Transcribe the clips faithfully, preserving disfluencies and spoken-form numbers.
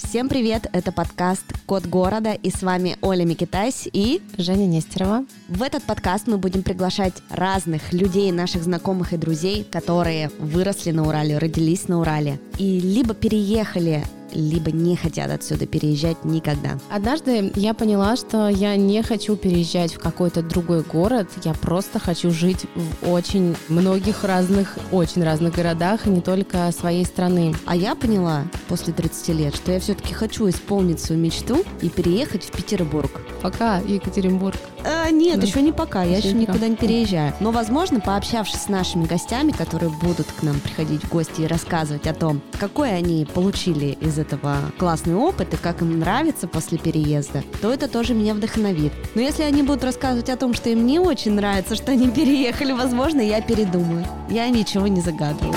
Всем привет, это подкаст «Код города», и с вами Оля Микитась и Женя Нестерова. В этот подкаст мы будем приглашать разных людей, наших знакомых и друзей, которые выросли на Урале, родились на Урале и либо переехали, либо не хотят отсюда переезжать никогда. Однажды я поняла, что я не хочу переезжать в какой-то другой город, я просто хочу жить в очень многих разных, очень разных городах, и не только своей страны. А я поняла после тридцати лет, что я все-таки хочу исполнить свою мечту и переехать в Петербург. Пока, Екатеринбург. А, нет, еще не пока, я еще Еще никуда не переезжаю. Но, возможно, пообщавшись с нашими гостями, которые будут к нам приходить в гости и рассказывать о том, какой они получили из этого классный опыт и как им нравится после переезда, то это тоже меня вдохновит. Но если они будут рассказывать о том, что им не очень нравится, что они переехали, возможно, я передумаю. Я ничего не загадываю.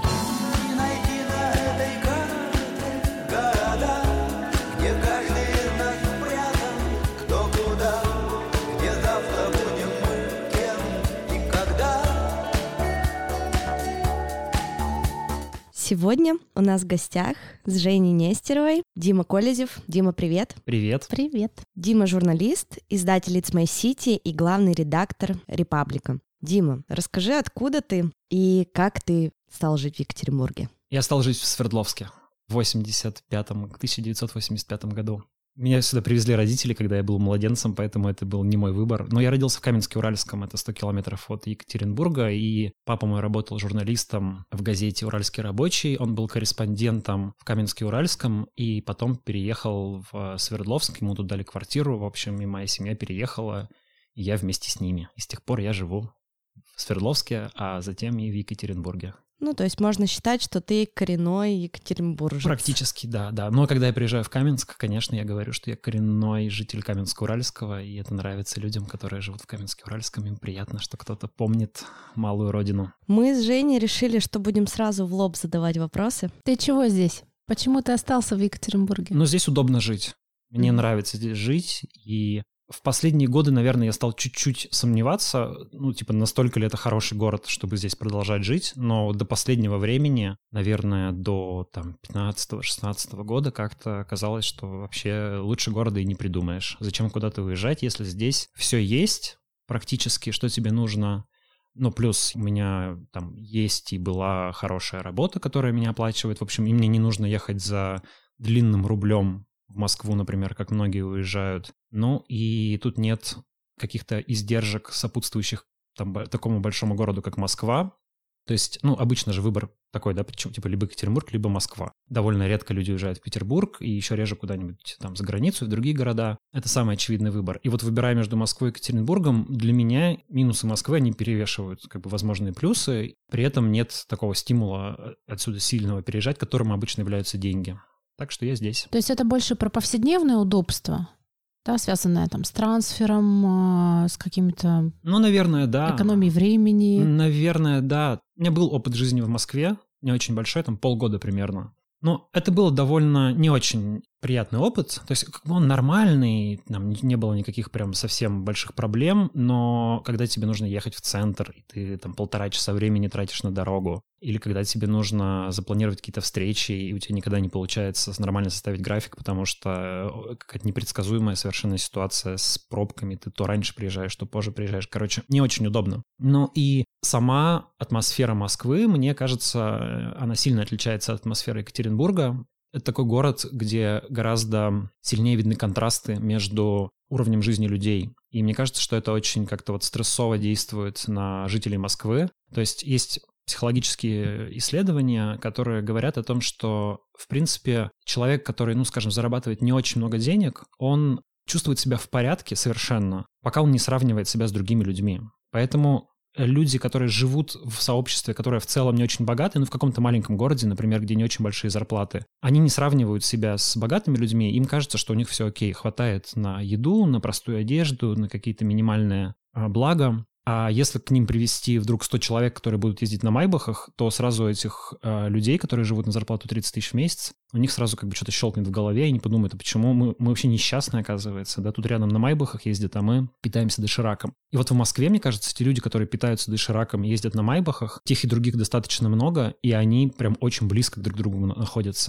Сегодня у нас в гостях с Женей Нестеровой Дима Колезев. Дима, привет. Привет. Привет. Дима — журналист, издатель It's My City и главный редактор «Репаблика». Дима, расскажи, откуда ты и как ты стал жить в Екатеринбурге? Я стал жить в Свердловске в восемьдесят пятом, тысяча девятьсот восемьдесят пятом году. Меня сюда привезли родители, когда я был младенцем, поэтому это был не мой выбор. Но я родился в Каменске-Уральском, это сто километров от Екатеринбурга, и папа мой работал журналистом в газете «Уральский рабочий». Он был корреспондентом в Каменске-Уральском, и потом переехал в Свердловск, ему тут дали квартиру, в общем, и моя семья переехала, и я вместе с ними. И с тех пор я живу в Свердловске, а затем и в Екатеринбурге. Ну, то есть можно считать, что ты коренной екатеринбуржец. Практически, да, да. Но когда я приезжаю в Каменск, конечно, я говорю, что я коренной житель Каменска-Уральского, и это нравится людям, которые живут в Каменске-Уральском. Им приятно, что кто-то помнит малую родину. Мы с Женей решили, что будем сразу в лоб задавать вопросы. Ты чего здесь? Почему ты остался в Екатеринбурге? Но здесь удобно жить. Мне mm-hmm. нравится здесь жить, и в последние годы, наверное, я стал чуть-чуть сомневаться, ну, типа, настолько ли это хороший город, чтобы здесь продолжать жить, но до последнего времени, наверное, до, там, пятнадцатого-шестнадцатого года как-то казалось, что вообще лучше города и не придумаешь. Зачем куда-то уезжать, если здесь все есть практически, что тебе нужно. Ну, плюс у меня там есть и была хорошая работа, которая меня оплачивает. В общем, и мне не нужно ехать за длинным рублем в Москву, например, как многие уезжают. Ну, и тут нет каких-то издержек, сопутствующих там, такому большому городу, как Москва. То есть, ну, обычно же выбор такой, да, причем типа либо Екатеринбург, либо Москва. Довольно редко люди уезжают в Петербург, и еще реже куда-нибудь там за границу, в другие города. Это самый очевидный выбор. И вот выбирая между Москвой и Екатеринбургом, для меня минусы Москвы, они перевешивают как бы возможные плюсы. При этом нет такого стимула отсюда сильного переезжать, которым обычно являются деньги. Так что я здесь. То есть это больше про повседневное удобство, да, связанное там с трансфером, с какими-то... Ну, наверное, да. Экономией времени. Наверное, да. У меня был опыт жизни в Москве, не очень большой, там полгода примерно. Но это был довольно не очень приятный опыт. То есть он нормальный, там не было никаких прям совсем больших проблем, но когда тебе нужно ехать в центр, и ты там полтора часа времени тратишь на дорогу, или когда тебе нужно запланировать какие-то встречи, и у тебя никогда не получается нормально составить график, потому что какая-то непредсказуемая совершенно ситуация с пробками, ты то раньше приезжаешь, то позже приезжаешь. Короче, не очень удобно. Ну и сама атмосфера Москвы, мне кажется, она сильно отличается от атмосферы Екатеринбурга. Это такой город, где гораздо сильнее видны контрасты между уровнем жизни людей. И мне кажется, что это очень как-то вот стрессово действует на жителей Москвы. То есть есть психологические исследования, которые говорят о том, что, в принципе, человек, который, ну, скажем, зарабатывает не очень много денег, он чувствует себя в порядке совершенно, пока он не сравнивает себя с другими людьми. Поэтому люди, которые живут в сообществе, которое в целом не очень богатое, но в каком-то маленьком городе, например, где не очень большие зарплаты, они не сравнивают себя с богатыми людьми, им кажется, что у них все окей, хватает на еду, на простую одежду, на какие-то минимальные а, блага. А если к ним привести вдруг сто человек, которые будут ездить на майбахах, то сразу этих э, людей, которые живут на зарплату тридцать тысяч в месяц, у них сразу как бы что-то щелкнет в голове, и они подумают, а почему мы, мы вообще несчастные, оказывается, да, тут рядом на майбахах ездят, а мы питаемся дошираком. И вот в Москве, мне кажется, те люди, которые питаются дошираком, ездят на майбахах, тех и других достаточно много, и они прям очень близко друг к другу находятся.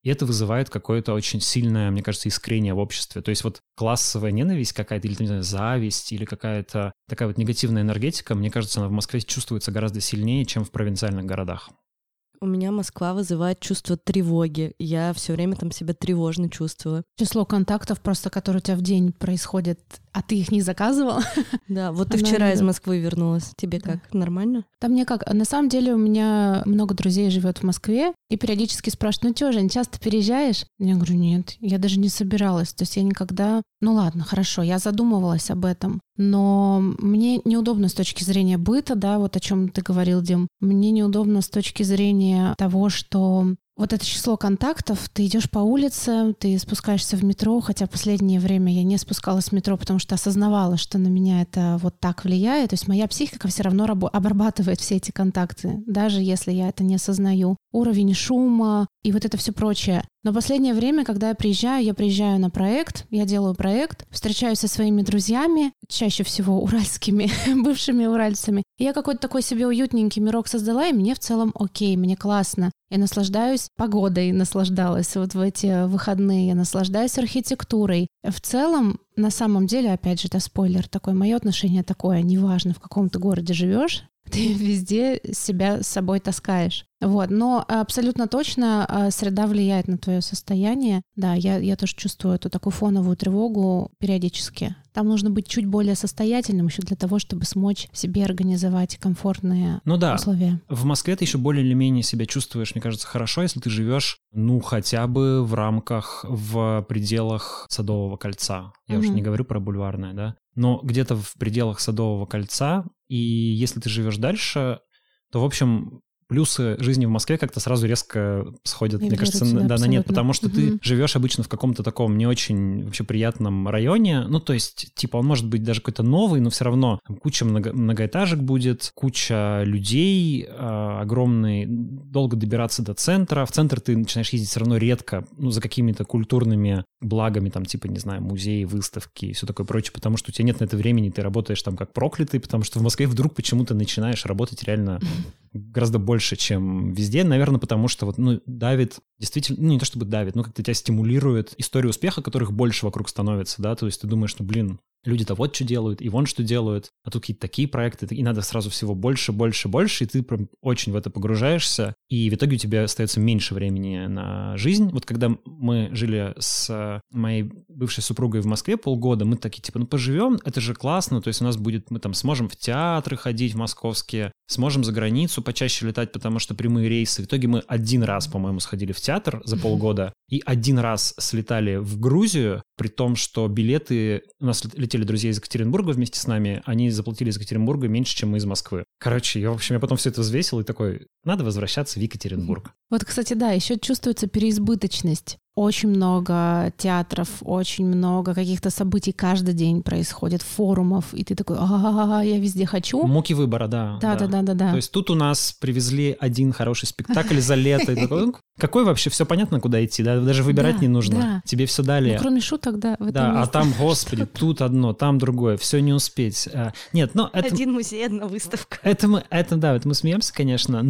И это вызывает какое-то очень сильное, мне кажется, искрение в обществе. То есть вот классовая ненависть какая-то, или, не знаю, зависть, или какая-то такая вот негативная энергетика, мне кажется, она в Москве чувствуется гораздо сильнее, чем в провинциальных городах. У меня Москва вызывает чувство тревоги. Я все время там себя тревожно чувствую. Число контактов просто, которые у тебя в день происходят, а ты их не заказывал. Да, вот ты вчера из Москвы вернулась. Тебе как? Нормально? Да мне как? На самом деле у меня много друзей живет в Москве и периодически спрашивают: ну что, Жень, часто переезжаешь? Я говорю: нет, я даже не собиралась. То есть я никогда... Ну ладно, хорошо, я задумывалась об этом, но мне неудобно с точки зрения быта, да, вот о чем ты говорил, Дим. Мне неудобно с точки зрения того, что вот это число контактов, ты идешь по улице, ты спускаешься в метро, хотя в последнее время я не спускалась в метро, потому что осознавала, что на меня это вот так влияет. То есть моя психика все равно рабо- обрабатывает все эти контакты, даже если я это не осознаю. Уровень шума и вот это все прочее. Но в последнее время, когда я приезжаю, я приезжаю на проект, я делаю проект, встречаюсь со своими друзьями, чаще всего уральскими, бывшими уральцами. И я какой-то такой себе уютненький мирок создала, и мне в целом окей, мне классно. Я наслаждаюсь погодой, наслаждалась вот в эти выходные, я наслаждаюсь архитектурой. В целом, на самом деле, опять же, это спойлер такой, мое отношение такое, неважно, в каком ты городе живешь, ты везде себя с собой таскаешь. Вот. Но абсолютно точно среда влияет на твое состояние. Да, я, я тоже чувствую эту такую фоновую тревогу периодически. Там нужно быть чуть более состоятельным еще для того, чтобы смочь себе организовать комфортные ну да, условия. В Москве ты еще более или менее себя чувствуешь, мне кажется, хорошо, если ты живешь, ну, хотя бы в рамках, в пределах Садового кольца. Я mm-hmm. уже не говорю про бульварное, да, но где-то в пределах Садового кольца. И если ты живешь дальше, то, в общем, плюсы жизни в Москве как-то сразу резко сходят, и мне кажется, на, да, на нет, потому что угу. ты живешь обычно в каком-то таком не очень вообще приятном районе. Ну, то есть, типа, он может быть даже какой-то новый, но все равно там куча много, многоэтажек будет, куча людей, э, огромный, долго добираться до центра. В центр ты начинаешь ездить все равно редко, ну, за какими-то культурными благами, там, типа, не знаю, музеи, выставки и все такое прочее, потому что у тебя нет на это времени, ты работаешь там как проклятый, потому что в Москве вдруг почему-то начинаешь работать реально гораздо больше, чем везде, наверное, потому что вот, ну, давит, действительно, ну, не то чтобы давит, но как-то тебя стимулирует история успеха, которых больше вокруг становится, да, то есть ты думаешь, ну, блин, люди-то вот что делают, и вон что делают, а тут какие-то такие проекты, и надо сразу всего больше, больше, больше, и ты прям очень в это погружаешься, и в итоге у тебя остается меньше времени на жизнь. Вот когда мы жили с моей бывшей супругой в Москве полгода, мы такие, типа, ну, поживем, это же классно, то есть у нас будет, мы там сможем в театры ходить в московские, сможем за границу почаще летать, потому что прямые рейсы. В итоге мы один раз, по-моему, сходили в театр за полгода, и один раз слетали в Грузию, при том, что билеты... У нас летели друзья из Екатеринбурга вместе с нами, они заплатили из Екатеринбурга меньше, чем мы из Москвы. Короче, я, в общем, я потом все это взвесил и такой, надо возвращаться в Екатеринбург. Вот, кстати, да, еще чувствуется переизбыточность. Очень много театров, очень много каких-то событий каждый день происходит, форумов, и ты такой, а я везде хочу. Муки выбора, да. Да, да, да, да, да. То есть тут у нас привезли один хороший спектакль за лето, и такой, какой вообще, все понятно, куда идти, да, даже выбирать не нужно, тебе все дали. Ну, кроме шуток, да. Да, а там, господи, тут одно, там другое, все не успеть. Нет, но это... Один музей, одна выставка. Это мы, это, да, это мы смеемся, конечно,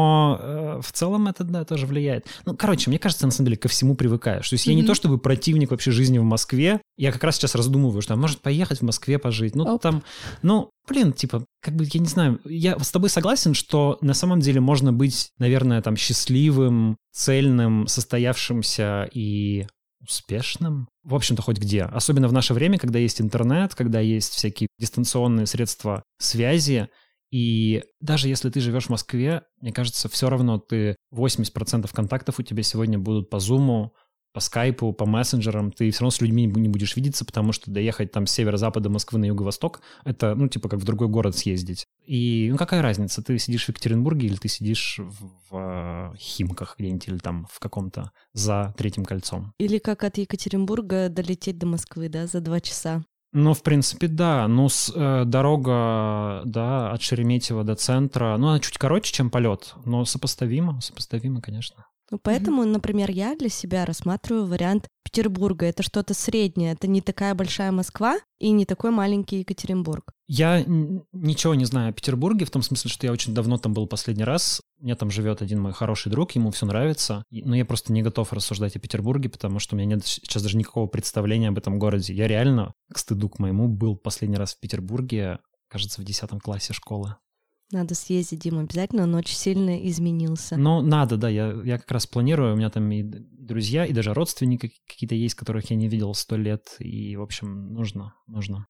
но в целом это, да, тоже влияет. Ну, короче, мне кажется, на самом деле ко всему привыкаешь. То есть я mm-hmm. не то чтобы противник вообще жизни в Москве, я как раз сейчас раздумываю, что может поехать в Москве пожить. Ну, Оп. там, ну, блин, типа, как бы, я не знаю, я с тобой согласен, что на самом деле можно быть, наверное, там, счастливым, цельным, состоявшимся и успешным. В общем-то, хоть где. Особенно в наше время, когда есть интернет, когда есть всякие дистанционные средства связи. И даже если ты живешь в Москве, мне кажется, все равно ты восемьдесят процентов контактов у тебя сегодня будут по Zoom, по скайпу, по мессенджерам, ты все равно с людьми не будешь видеться, потому что доехать там с северо-запада Москвы на юго-восток, это, ну, типа, как в другой город съездить. И, ну, какая разница, ты сидишь в Екатеринбурге или ты сидишь в, в Химках где-нибудь или там в каком-то за Третьим кольцом. Или как от Екатеринбурга долететь до Москвы, да, за два часа. Ну, в принципе, да. Ну, с, э, дорога, да, от Шереметьево до центра, ну, она чуть короче, чем полет, но сопоставимо, сопоставимо, конечно. Ну, поэтому, mm-hmm. например, я для себя рассматриваю вариант Петербурга. Это что-то среднее. Это не такая большая Москва и не такой маленький Екатеринбург. Я ничего не знаю о Петербурге, в том смысле, что я очень давно там был последний раз. У меня там живет один мой хороший друг, ему все нравится. Но я просто не готов рассуждать о Петербурге, потому что у меня нет сейчас даже никакого представления об этом городе. Я реально, к стыду к моему, был последний раз в Петербурге, кажется, в десятом классе школы. Надо съездить, Дима, обязательно, он очень сильно изменился. Ну, надо, да, я, я как раз планирую, у меня там и друзья, и даже родственники какие-то есть, которых я не видел сто лет, и, в общем, нужно, нужно.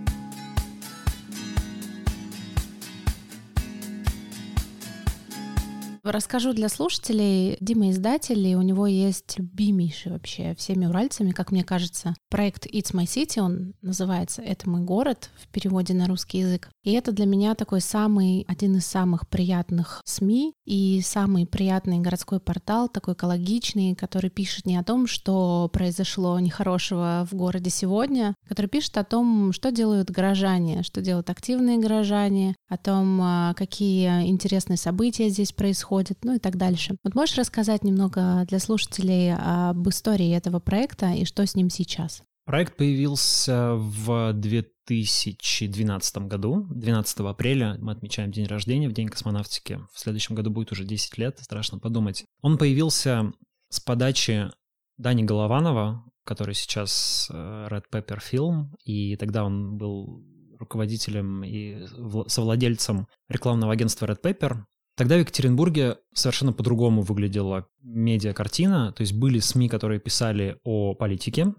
Расскажу для слушателей. Дима издатель, и у него есть любимейший вообще всеми уральцами, как мне кажется, проект It's My City, он называется «Это мой город» в переводе на русский язык. И это для меня такой самый, один из самых приятных СМИ и самый приятный городской портал, такой экологичный, который пишет не о том, что произошло нехорошего в городе сегодня, который пишет о том, что делают горожане, что делают активные горожане, о том, какие интересные события здесь происходят, ну и так дальше. Вот можешь рассказать немного для слушателей об истории этого проекта и что с ним сейчас? Проект появился в две тысячи двенадцатом году, двенадцатого апреля. Мы отмечаем день рождения, в День космонавтики. В следующем году будет уже десять лет, страшно подумать. Он появился с подачи Дани Голованова, который сейчас Red Pepper Film, и тогда он был руководителем и совладельцем рекламного агентства Red Pepper. Тогда в Екатеринбурге совершенно по-другому выглядела медиакартина, то есть были СМИ, которые писали о политике.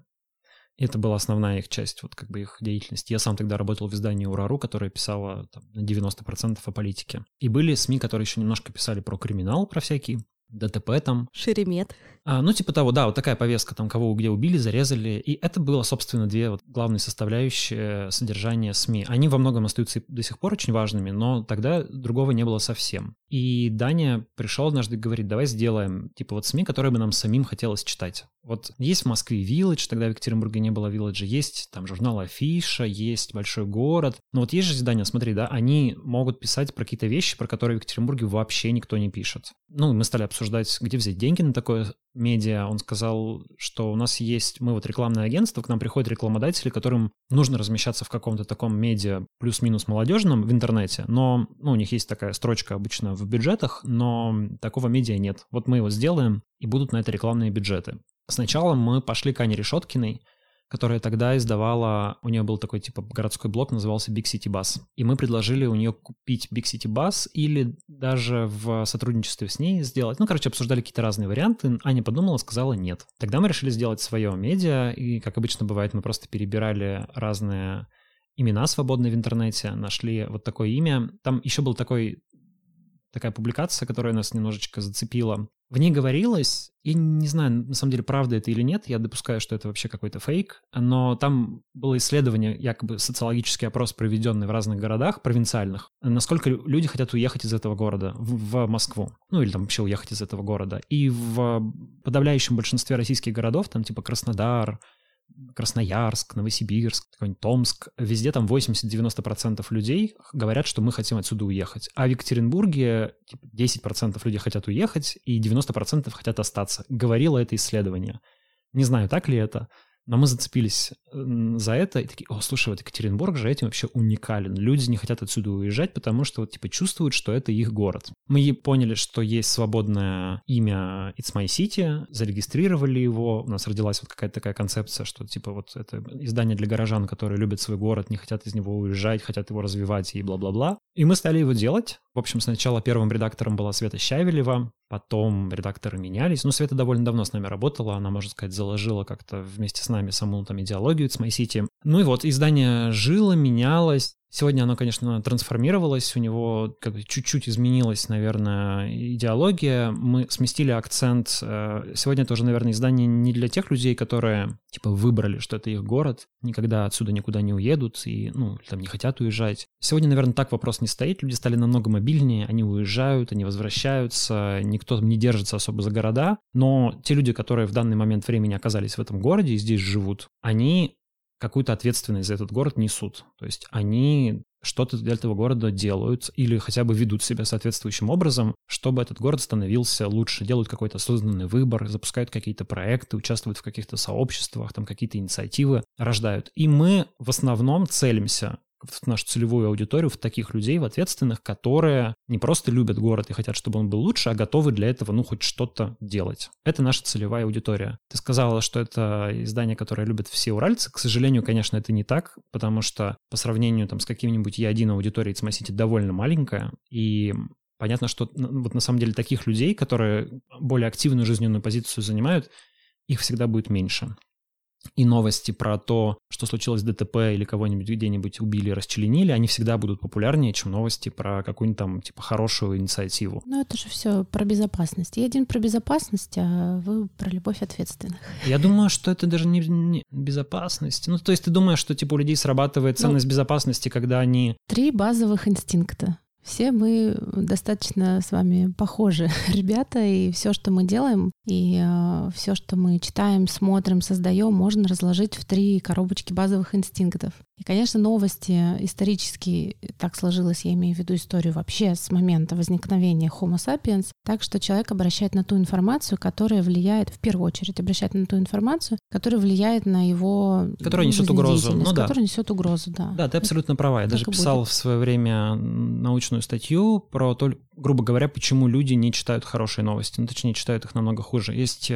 Это была основная их часть, вот как бы их деятельности. Я сам тогда работал в издании «Урару», которое писало там, на девяносто процентов о политике. И были СМИ, которые еще немножко писали про криминал, про всякие ДТП там. Шеремет. А, ну, типа того, да, вот такая повестка, там, кого где убили, зарезали. И это было, собственно, две вот главные составляющие содержания СМИ. Они во многом остаются до сих пор очень важными, но тогда другого не было совсем. И Даня пришел однажды и говорит, давай сделаем, типа, вот СМИ, которые бы нам самим хотелось читать. Вот есть в Москве Village, тогда в Екатеринбурге не было Village, есть там журнал Афиша, есть Большой город. Но вот есть же, Даня, смотри, да, они могут писать про какие-то вещи, про которые в Екатеринбурге вообще никто не пишет. Ну, мы стали обсуждать, где взять деньги на такое медиа. Он сказал, что у нас есть, мы вот рекламное агентство, к нам приходят рекламодатели, которым нужно размещаться в каком-то таком медиа плюс-минус молодежном в интернете, но ну, у них есть такая строчка обычно в бюджетах, но такого медиа нет. Вот мы его сделаем, и будут на это рекламные бюджеты. Сначала мы пошли к Ане Решеткиной, которая тогда издавала, у нее был такой типа городской блог, назывался Big City Bus. И мы предложили у нее купить Big City Bus или даже в сотрудничестве с ней сделать. Ну, короче, обсуждали какие-то разные варианты. Аня подумала, сказала нет. Тогда мы решили сделать свое медиа, и, как обычно бывает, мы просто перебирали разные имена свободные в интернете, нашли вот такое имя. Там еще был такой... такая публикация, которая нас немножечко зацепила. В ней говорилось, и не знаю, на самом деле, правда это или нет, я допускаю, что это вообще какой-то фейк, но там было исследование, якобы социологический опрос, проведенный в разных городах провинциальных, насколько люди хотят уехать из этого города в, в Москву, ну или там вообще уехать из этого города. И в подавляющем большинстве российских городов, там типа Краснодар, Красноярск, Новосибирск, какой-нибудь Томск, везде там восемьдесят-девяносто процентов людей говорят, что мы хотим отсюда уехать. А в Екатеринбурге типа, десять процентов людей хотят уехать, и девяносто процентов хотят остаться. Говорило это исследование. Не знаю, так ли это, но мы зацепились за это и такие, о, слушай, вот Екатеринбург же этим вообще уникален. Люди не хотят отсюда уезжать, потому что вот типа чувствуют, что это их город. Мы поняли, что есть свободное имя It's My City, зарегистрировали его, у нас родилась вот какая-то такая концепция, что типа вот это издание для горожан, которые любят свой город, не хотят из него уезжать, хотят его развивать и бла-бла-бла. И мы стали его делать. В общем, сначала первым редактором была Света Щавелева, потом редакторы менялись. Ну, Света довольно давно с нами работала, она, можно сказать, заложила как-то вместе с нами саму там идеологию It's My City. Ну и вот, издание жило, менялось. Сегодня оно, конечно, трансформировалось, у него как бы чуть-чуть изменилась, наверное, идеология. Мы сместили акцент. Сегодня это уже, наверное, издание не для тех людей, которые, типа, выбрали, что это их город, никогда отсюда никуда не уедут и, ну, там не хотят уезжать. Сегодня, наверное, так вопрос не стоит. Люди стали намного мобильнее, они уезжают, они возвращаются, никто там не держится особо за города. Но те люди, которые в данный момент времени оказались в этом городе и здесь живут, они какую-то ответственность за этот город несут. То есть они что-то для этого города делают или хотя бы ведут себя соответствующим образом, чтобы этот город становился лучше, делают какой-то осознанный выбор, запускают какие-то проекты, участвуют в каких-то сообществах, там какие-то инициативы рождают. И мы в основном целимся в нашу целевую аудиторию, в таких людей, в ответственных, которые не просто любят город и хотят, чтобы он был лучше, а готовы для этого, ну, хоть что-то делать. Это наша целевая аудитория. Ты сказала, что это издание, которое любят все уральцы. К сожалению, конечно, это не так, потому что по сравнению там, с каким-нибудь Е один аудиторией Цмосити довольно маленькая, и понятно, что вот на самом деле таких людей, которые более активную жизненную позицию занимают, их всегда будет меньше. И новости про то, что случилось с ДТП или кого-нибудь где-нибудь убили, расчленили, они всегда будут популярнее, чем новости про какую-нибудь там, типа, хорошую инициативу. Ну, это же все про безопасность. Я один про безопасность, а вы про любовь ответственных. Я думаю, что это даже не, не безопасность. Ну, то есть ты думаешь, что, типа, у людей срабатывает ценность ну, безопасности, когда они... Три базовых инстинкта. Все мы достаточно с вами похожи, ребята, и все, что мы делаем, и э, все, что мы читаем, смотрим, создаем, можно разложить в три коробочки базовых инстинктов. И, конечно, новости исторически так сложилось, я имею в виду историю вообще с момента возникновения Homo sapiens, так что человек обращает на ту информацию, которая влияет, в первую очередь, обращает на ту информацию, которая влияет на его которая несет угрозу. Ну, да. Которая несет угрозу, да. Да, ты абсолютно права. Я так даже писал будет. В свое время научную статью про то, грубо говоря, почему люди не читают хорошие новости, ну, точнее, читают их намного хуже. Есть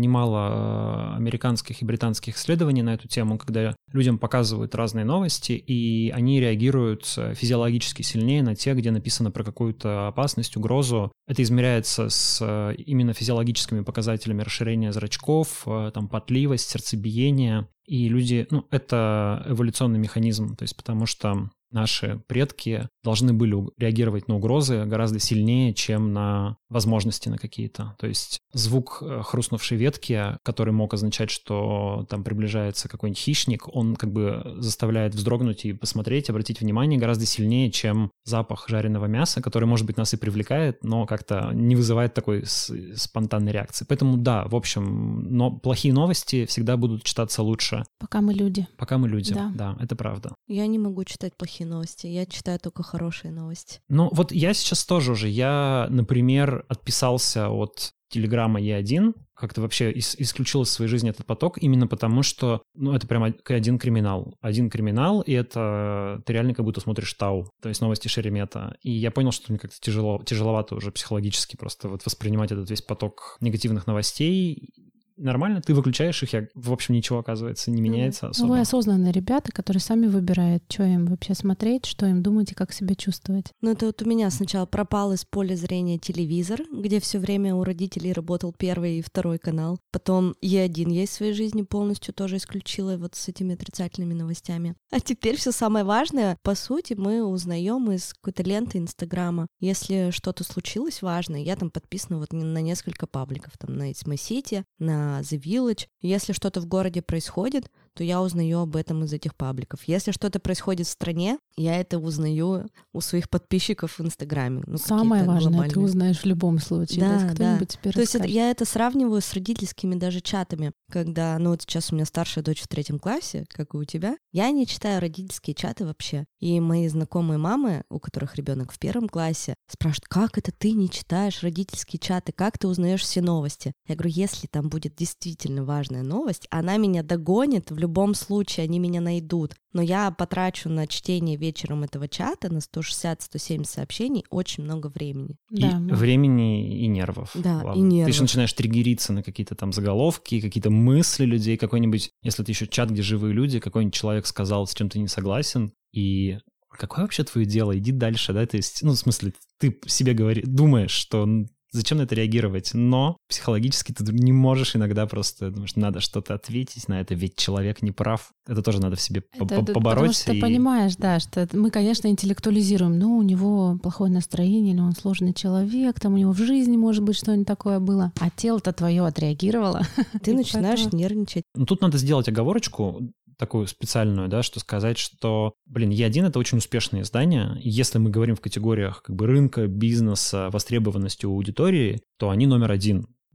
немало американских и британских исследований на эту тему, когда людям показывают разные новости, и они реагируют физиологически сильнее на те, где написано про какую-то опасность, угрозу. Это измеряется с именно физиологическими показателями расширения зрачков, там, потливость, сердцебиение. И люди, ну, это эволюционный механизм, то есть потому что наши предки должны были реагировать на угрозы гораздо сильнее, чем на возможности на какие-то. То есть звук хрустнувшей ветки, который мог означать, что там приближается какой-нибудь хищник, он как бы заставляет вздрогнуть и посмотреть, обратить внимание гораздо сильнее, чем запах жареного мяса, который, может быть, нас и привлекает, но как-то не вызывает такой спонтанной реакции. Поэтому да, в общем, но плохие новости всегда будут читаться лучше. Пока мы люди. Пока мы люди, да, да это правда. Я не могу читать плохие новости, я читаю только хорошие новости. Ну вот я сейчас тоже уже, я, например, отписался от Телеграма Е один, как-то вообще ис- исключил из своей жизни этот поток, именно потому что, ну, это прям один криминал. Один криминал, и это ты реально как будто смотришь Тау, то есть новости Шеремета. И я понял, что мне как-то тяжело, тяжеловато уже психологически просто вот воспринимать этот весь поток негативных новостей. Нормально, ты выключаешь их, я, в общем, ничего, оказывается, не меняется особо. Ну, вы осознанные ребята, которые сами выбирают, что им вообще смотреть, что им думать и как себя чувствовать. Ну, это вот у меня сначала пропал из поля зрения телевизор, где все время у родителей работал первый и второй канал. Потом Е один я из своей жизни полностью тоже исключила вот с этими отрицательными новостями. А теперь все самое важное, по сути, мы узнаем из какой-то ленты Инстаграма. Если что-то случилось важное, я там подписана вот на несколько пабликов, там на Цмосити, на The Village. Если что-то в городе происходит, то я узнаю об этом из этих пабликов. Если что-то происходит в стране, я это узнаю у своих подписчиков в Инстаграме. Ну, самое важное, глобальные. Ты узнаешь в любом случае. Да, то есть кто-нибудь да. тебе То есть это, я это сравниваю с родительскими даже чатами, когда, ну вот сейчас у меня старшая дочь в третьем классе, как и у тебя, я не читаю родительские чаты вообще. И мои знакомые мамы, у которых ребенок в первом классе, спрашивают, как это ты не читаешь родительские чаты, как ты узнаешь все новости? Я говорю, если там будет действительно важная новость, она меня догонит, в любом случае они меня найдут. Но я потрачу на чтение вечером этого чата на сто шестьдесят - сто семьдесят сообщений очень много времени. И да, да. времени и нервов. Да, Ладно. и нервов. Ты еще начинаешь триггериться на какие-то там заголовки, какие-то мысли людей, какой-нибудь, если это еще чат, где живые люди, какой-нибудь человек сказал, с чем ты не согласен, и какое вообще твое дело? Иди дальше, да? То есть, ну, в смысле, ты себе говори, думаешь, что зачем на это реагировать, но психологически ты не можешь иногда просто, думаешь, надо что-то ответить на это, ведь человек не прав. Это тоже надо в себе это, побороть. Потому что и... ты понимаешь, да, что мы, конечно, интеллектуализируем, ну, у него плохое настроение, или он сложный человек, там у него в жизни, может быть, что-нибудь такое было, а тело-то твое отреагировало. Ты начинаешь нервничать. Ну, тут надо сделать оговорочку, такую специальную, да, что сказать, что, блин, Е один — это очень успешное издание. Если мы говорим в категориях как бы рынка, бизнеса, востребованности у аудитории, то они номер один.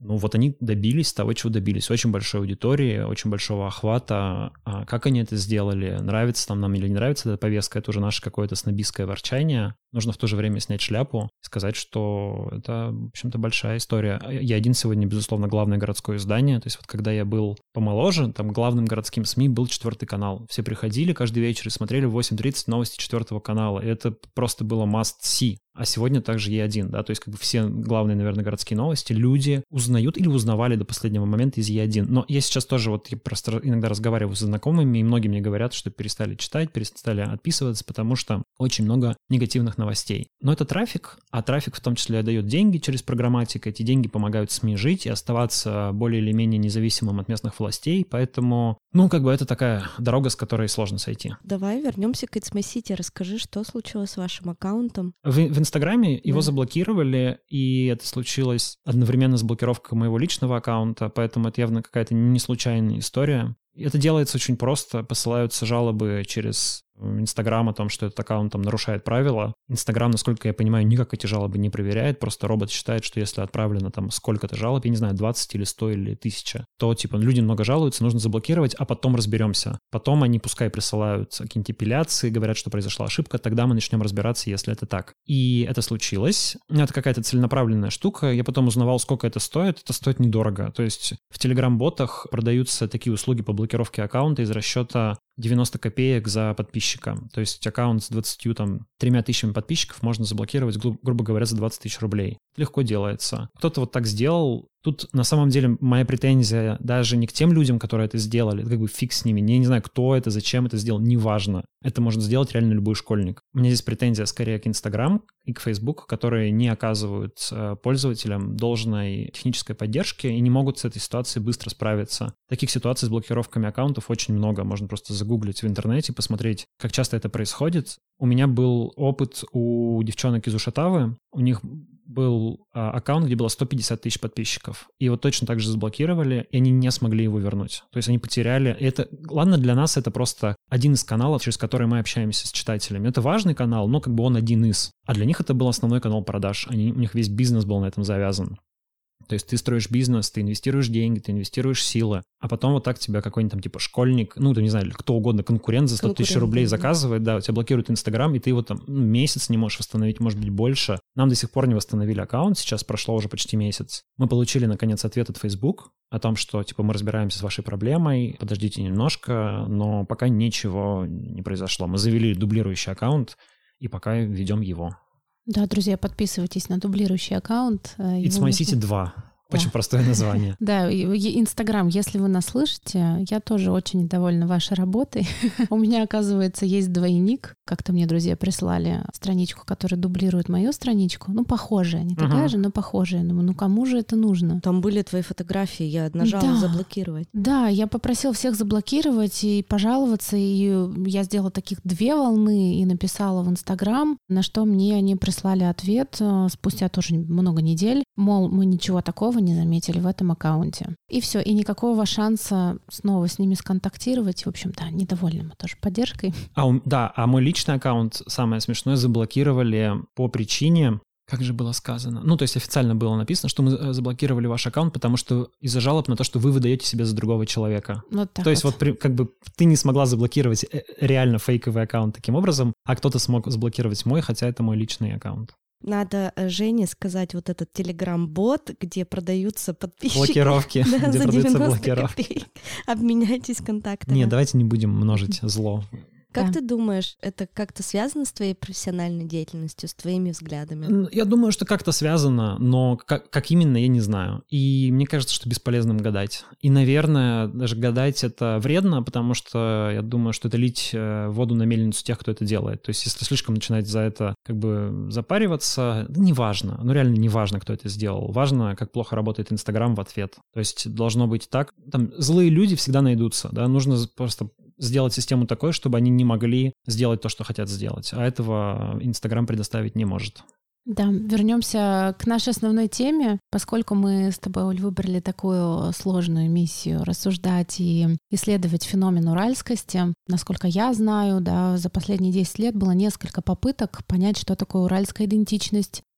ну вот они добились того, чего добились. Очень большой аудитории, очень большого охвата. А как они это сделали? Нравится там нам или не нравится эта повестка? Это уже наше какое-то снобистское ворчание. Нужно в то же время снять шляпу и сказать, что это, в общем-то, большая история. Я один сегодня, безусловно, главное городское издание. То есть вот когда я был помоложе, там главным городским СМИ был четвертый канал. Все приходили каждый вечер и смотрели в восемь тридцать новости четвертого канала. И это просто было must-see. А сегодня также Е один, да, то есть как бы все главные, наверное, городские новости люди узнают или узнавали до последнего момента из Е один. Но я сейчас тоже вот я просто иногда разговариваю со знакомыми, и многие мне говорят, что перестали читать, перестали отписываться, потому что очень много негативных новостей. Но это трафик, а трафик в том числе дает деньги через программатику. Эти деньги помогают СМИ жить и оставаться более или менее независимым от местных властей, поэтому, ну, как бы это такая дорога, с которой сложно сойти. Давай вернемся к It's My City. Расскажи, что случилось с вашим аккаунтом? В, в Инстаграме его Да. заблокировали, и это случилось одновременно с блокировкой моего личного аккаунта, поэтому это явно какая-то не случайная история. Это делается очень просто. Посылаются жалобы через Инстаграм о том, что этот аккаунт там нарушает правила. Инстаграм, насколько я понимаю, никак эти жалобы не проверяет. Просто робот считает, что если отправлено там сколько-то жалоб, я не знаю, двадцать или сто или тысяча, то типа люди много жалуются, нужно заблокировать, а потом разберемся. Потом они пускай присылают какие-нибудь апелляции, говорят, что произошла ошибка, тогда мы начнем разбираться, если это так. И это случилось. Это какая-то целенаправленная штука. Я потом узнавал, сколько это стоит. Это стоит недорого. То есть в Telegram-ботах продаются такие услуги по блокировке аккаунта из расчета девяносто копеек за подписчика. То есть аккаунт с двадцатью, там, тремя тысячами подписчиков можно заблокировать, гру- грубо говоря, за двадцать тысяч рублей. Легко делается. Кто-то вот так сделал. Тут, на самом деле, моя претензия даже не к тем людям, которые это сделали. Это как бы фиг с ними. Я не знаю, кто это, зачем это сделал, неважно. Это может сделать реально любой школьник. У меня здесь претензия скорее к Instagram и к Facebook, которые не оказывают э, пользователям должной технической поддержки и не могут с этой ситуацией быстро справиться. Таких ситуаций с блокировками аккаунтов очень много. Можно просто загуглить в интернете, посмотреть, как часто это происходит. У меня был опыт у девчонок из Ушатавы. У них был а, аккаунт, где было сто пятьдесят тысяч подписчиков. И его точно так же заблокировали, и они не смогли его вернуть. То есть они потеряли... И это, ладно, для нас это просто один из каналов, через который мы общаемся с читателями. Это важный канал, но как бы он один из. А для них это был основной канал продаж. Они, у них весь бизнес был на этом завязан. То есть ты строишь бизнес, ты инвестируешь деньги, ты инвестируешь силы, а потом вот так тебя какой-нибудь там типа школьник, ну, ты не знаю, кто угодно, конкурент за сто тысяч рублей заказывает, да, у тебя блокирует Инстаграм, и ты его там ну, месяц не можешь восстановить, может быть, больше. Нам до сих пор не восстановили аккаунт, сейчас прошло уже почти месяц. Мы получили, наконец, ответ от Facebook о том, что, типа, мы разбираемся с вашей проблемой, подождите немножко, но пока ничего не произошло. Мы завели дублирующий аккаунт, и пока ведем его. Да, друзья, подписывайтесь на дублирующий аккаунт. It's My City два. Очень Да. простое название. Да, Инстаграм, если вы нас слышите, я тоже очень довольна вашей работой. У меня, оказывается, есть двойник. Как-то мне друзья прислали страничку, которая дублирует мою страничку. Ну, похожая, не такая Ага. же, но похожая. Думаю, ну кому же это нужно? Там были твои фотографии, я нажала Да. заблокировать. Да, я попросила всех заблокировать и пожаловаться, и я сделала таких две волны и написала в Инстаграм, на что мне они прислали ответ э, спустя тоже много недель, мол, мы ничего такого не заметили в этом аккаунте. И все, и никакого шанса снова с ними сконтактировать. В общем-то, недовольны мы тоже поддержкой. А, у- да, а мой личный аккаунт, самое смешное, заблокировали по причине, как же было сказано? Ну, то есть официально было написано, что мы э, заблокировали ваш аккаунт, потому что из-за жалоб на то, что вы выдаете себя за другого человека. Вот так То есть вот. вот при- как бы ты не смогла заблокировать э, реально фейковый аккаунт таким образом, а кто-то смог заблокировать мой, хотя это мой личный аккаунт. Надо э, Жене сказать вот этот телеграм-бот, где продаются подписчики. Блокировки, Да, где за продаются девяносто блокировки. копеек. Обменяйтесь контактами. Нет, давайте не будем множить зло. Как Да. ты думаешь, это как-то связано с твоей профессиональной деятельностью, с твоими взглядами? М, Я думаю, что как-то связано, но как, как именно, я не знаю. И мне кажется, что бесполезным гадать. И, наверное, даже гадать это вредно, потому что я думаю, что это лить э, воду на мельницу тех, кто это делает. То есть если слишком начинать за это как бы запариваться, да неважно. Ну реально неважно, кто это сделал. Важно, как плохо работает Инстаграм в ответ. То есть должно быть так. Там злые люди всегда найдутся, да, нужно просто сделать систему такой, чтобы они не могли сделать то, что хотят сделать. А этого Инстаграм предоставить не может. Да, вернемся к нашей основной теме, поскольку мы с тобой, Оль, выбрали такую сложную миссию рассуждать и исследовать феномен уральскости. Насколько я знаю, да, за последние десять лет было несколько попыток понять, что такое уральская идентичность,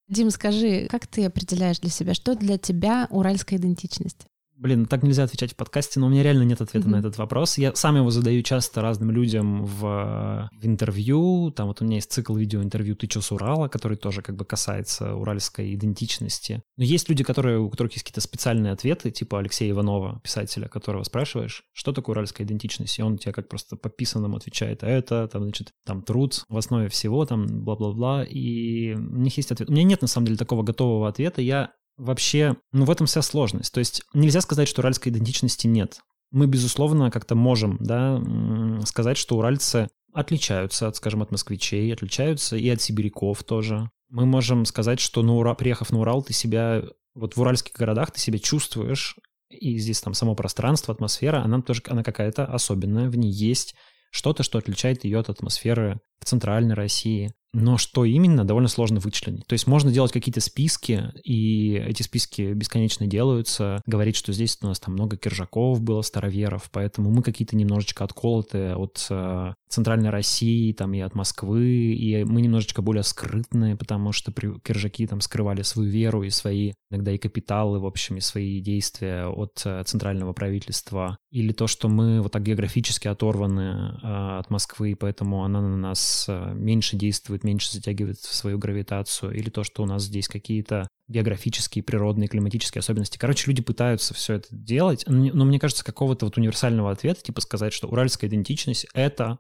Дим, скажи, как ты определяешь для себя, что для тебя уральская идентичность? Блин, так нельзя отвечать в подкасте, но у меня реально нет ответа mm-hmm. на этот вопрос. Я сам его задаю часто разным людям в, в интервью. Там вот у меня есть цикл видеоинтервью «Ты чё с Урала?», который тоже как бы касается уральской идентичности. Но есть люди, которые, у которых есть какие-то специальные ответы, типа Алексея Иванова, писателя, которого спрашиваешь, что такое уральская идентичность, и он тебе как просто по писанному отвечает, а это, там, значит, там труд в основе всего, там, бла-бла-бла, и у них есть ответ. У меня нет, на самом деле, такого готового ответа. Я Вообще, ну в этом вся сложность. То есть нельзя сказать, что уральской идентичности нет. Мы, безусловно, как-то можем, да, сказать, что уральцы отличаются, от, скажем, от москвичей, отличаются и от сибиряков тоже. Мы можем сказать, что на Ура... приехав на Урал, ты себя, вот в уральских городах ты себя чувствуешь, и здесь там само пространство, атмосфера, она тоже она какая-то особенная, в ней есть что-то, что отличает ее от атмосферы в центральной России. Но что именно, довольно сложно вычленить. То есть можно делать какие-то списки, и эти списки бесконечно делаются, говорить, что здесь у нас там много киржаков было, староверов, поэтому мы какие-то немножечко отколотые от э, центральной России там, и от Москвы, и мы немножечко более скрытные, потому что при, киржаки там скрывали свою веру и свои, иногда и капиталы, в общем, и свои действия от э, центрального правительства. Или то, что мы вот так географически оторваны э, от Москвы, и поэтому она на нас э, меньше действует, меньше затягивает в свою гравитацию, или то, что у нас здесь какие-то географические, природные, климатические особенности. Короче, люди пытаются все это делать, но мне кажется, какого-то вот универсального ответа, типа сказать, что уральская идентичность — это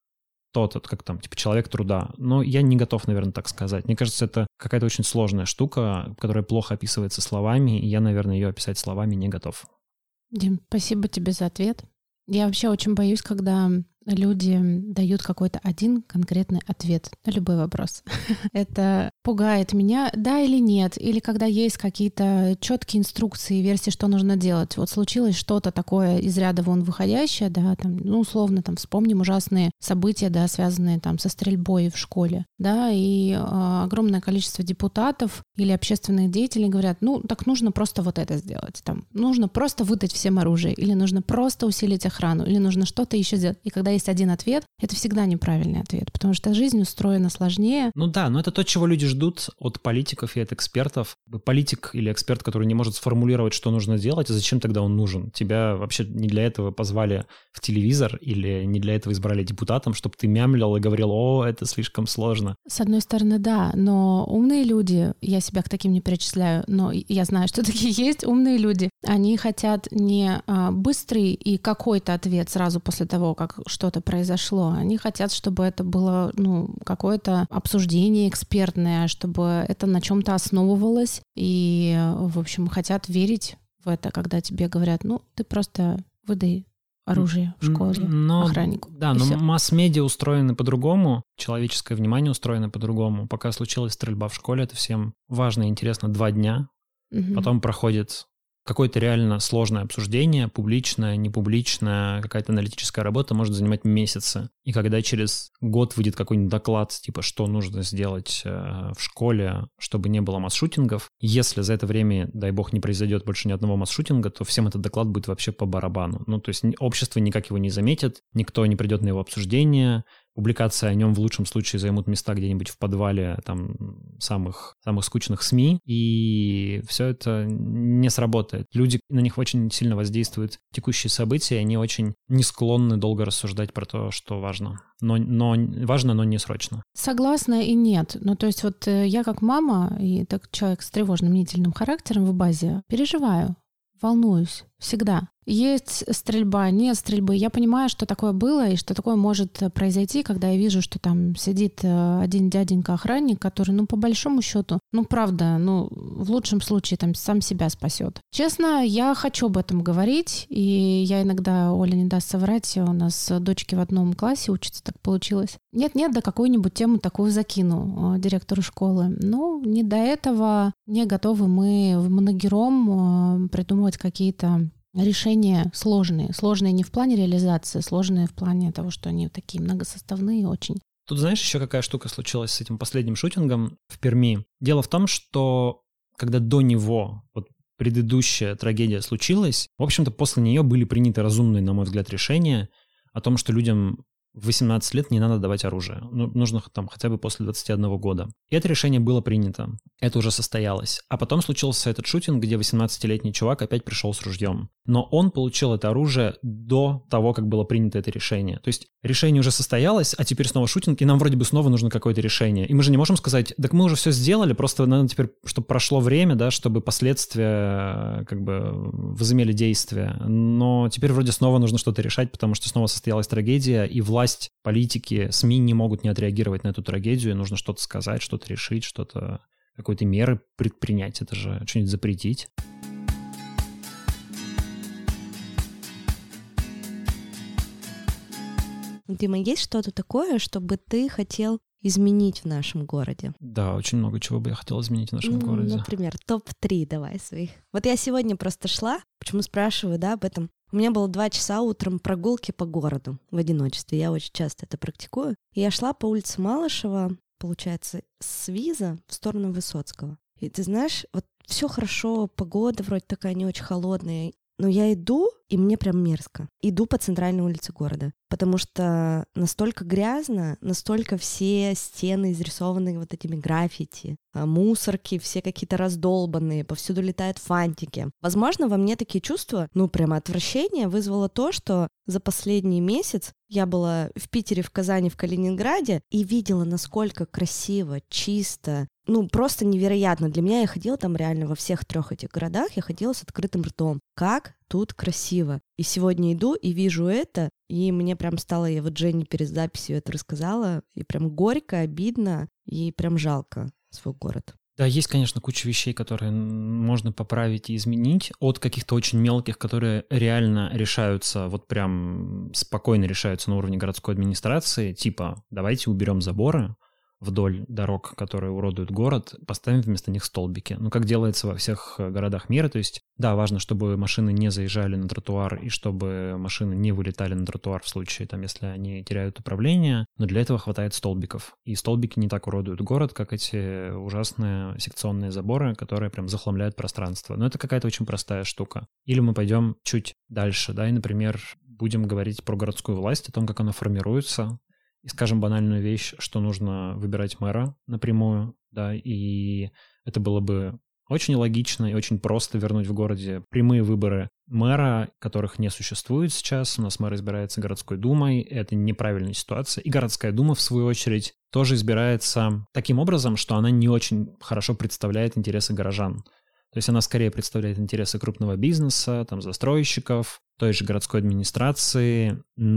тот, как там, типа человек труда. Но я не готов, наверное, так сказать. Мне кажется, это какая-то очень сложная штука, которая плохо описывается словами, и я, наверное, ее описать словами не готов. Дим, спасибо тебе за ответ. Я вообще очень боюсь, когда люди дают какой-то один конкретный ответ на любой вопрос. Это пугает меня, да или нет, или когда есть какие-то четкие инструкции, версии, что нужно делать. Вот случилось что-то такое из ряда вон выходящее, да, там, ну, условно, там, вспомним ужасные события, да, связанные там со стрельбой в школе, да, и э, огромное количество депутатов или общественных деятелей говорят, ну, так нужно просто вот это сделать, там, нужно просто выдать всем оружие, или нужно просто усилить охрану, или нужно что-то еще сделать. И когда есть один ответ, это всегда неправильный ответ, потому что жизнь устроена сложнее. Ну да, но это то, чего люди ждут от политиков и от экспертов. Политик или эксперт, который не может сформулировать, что нужно делать, а зачем тогда он нужен? Тебя вообще не для этого позвали в телевизор или не для этого избрали депутатом, чтобы ты мямлил и говорил, о, это слишком сложно. С одной стороны, да, но умные люди, я себя к таким не причисляю, но я знаю, что такие есть умные люди, они хотят не а, быстрый и какой-то ответ сразу после того, как что-то произошло. Они хотят, чтобы это было, ну, какое-то обсуждение экспертное, чтобы это на чем-то основывалось. И, в общем, хотят верить в это, когда тебе говорят, ну, ты просто выдай оружие в школе но, охраннику. Да, но масс-медиа устроены по-другому, человеческое внимание устроено по-другому. Пока случилась стрельба в школе, это всем важно и интересно два дня. Угу. Потом проходит какое-то реально сложное обсуждение, публичное, непубличное, какая-то аналитическая работа может занимать месяцы. И когда через год выйдет какой-нибудь доклад, типа, что нужно сделать в школе, чтобы не было масс-шутингов, если за это время, дай бог, не произойдет больше ни одного масс-шутинга, то всем этот доклад будет вообще по барабану. Ну, то есть общество никак его не заметит, никто не придет на его обсуждение, публикации о нем в лучшем случае займут места где-нибудь в подвале там самых, самых скучных СМИ, и все это не сработает. Люди, на них очень сильно воздействуют текущие события, и они очень не склонны долго рассуждать про то, что важно. Но, но важно, но не срочно. Согласна и нет. Ну, то есть вот я как мама и так человек с тревожным мнительным характером в базе переживаю, волнуюсь всегда. Есть стрельба, нет стрельбы. Я понимаю, что такое было и что такое может произойти, когда я вижу, что там сидит один дяденька-охранник, который, ну, по большому счету, ну, правда, ну, в лучшем случае там сам себя спасет. Честно, я хочу об этом говорить, и я иногда, Оля не даст соврать, у нас дочки в одном классе учатся, так получилось. Нет-нет, да какую-нибудь тему такую закину директору школы. Ну, не до этого не готовы мы в многером придумывать какие-то решения сложные. Сложные не в плане реализации, сложные в плане того, что они такие многосоставные очень. Тут знаешь, еще какая штука случилась с этим последним шутингом в Перми? Дело в том, что когда до него вот предыдущая трагедия случилась, в общем-то, после нее были приняты разумные, на мой взгляд, решения о том, что людям в восемнадцать лет не надо давать оружие. Ну, нужно там хотя бы после двадцати одного года. И это решение было принято. Это уже состоялось. А потом случился этот шутинг, где восемнадцатилетний чувак опять пришел с ружьем. Но он получил это оружие до того, как было принято это решение. То есть решение уже состоялось, а теперь снова шутинг, и нам вроде бы снова нужно какое-то решение. И мы же не можем сказать, так мы уже все сделали, просто надо теперь, чтобы прошло время, да, чтобы последствия как бы возымели действие. Но теперь вроде снова нужно что-то решать, потому что снова состоялась трагедия, и власть, политики, СМИ не могут не отреагировать на эту трагедию, нужно что-то сказать, что-то решить, что-то... какой-то меры предпринять, это же что-нибудь запретить. Дима, есть что-то такое, чтобы ты хотел изменить в нашем городе? Да, очень много чего бы я хотел изменить в нашем ну, городе. Например, топ три давай своих. Вот я сегодня просто шла, почему спрашиваю, да, об этом. У меня было два часа утром прогулки по городу в одиночестве, я очень часто это практикую. И я шла по улице Малышева, получается, с Виза в сторону Высоцкого. И ты знаешь, вот все хорошо, погода вроде такая не очень холодная, но я иду, и мне прям мерзко. Иду по центральной улице города, потому что настолько грязно, настолько все стены изрисованы вот этими граффити, мусорки все какие-то раздолбанные, повсюду летают фантики. Возможно, во мне такие чувства, ну, прямо отвращение вызвало то, что за последний месяц я была в Питере, в Казани, в Калининграде и видела, насколько красиво, чисто, ну, просто невероятно. Для меня я ходила там реально во всех трех этих городах, я ходила с открытым ртом. Как тут красиво. И сегодня иду и вижу это, и мне прям стало, я вот Жене перед записью это рассказала, и прям горько, обидно, и прям жалко свой город. Да, есть, конечно, куча вещей, которые можно поправить и изменить, от каких-то очень мелких, которые реально решаются, вот прям спокойно решаются на уровне городской администрации, типа давайте уберем заборы вдоль дорог, которые уродуют город, поставим вместо них столбики. Ну, как делается во всех городах мира. То есть, да, важно, чтобы машины не заезжали на тротуар и чтобы машины не вылетали на тротуар в случае, там, если они теряют управление, но для этого хватает столбиков. И столбики не так уродуют город, как эти ужасные секционные заборы, которые прям захламляют пространство. Но это какая-то очень простая штука. Или мы пойдем чуть дальше, да, и, например, будем говорить про городскую власть, о том, как она формируется, и скажем банальную вещь, что нужно выбирать мэра напрямую, да, и это было бы очень логично и очень просто вернуть в городе прямые выборы мэра, которых не существует сейчас. У нас мэр избирается городской думой, это неправильная ситуация. И городская дума, в свою очередь, тоже избирается таким образом, что она не очень хорошо представляет интересы горожан. То есть она скорее представляет интересы крупного бизнеса, там, застройщиков, той же городской администрации,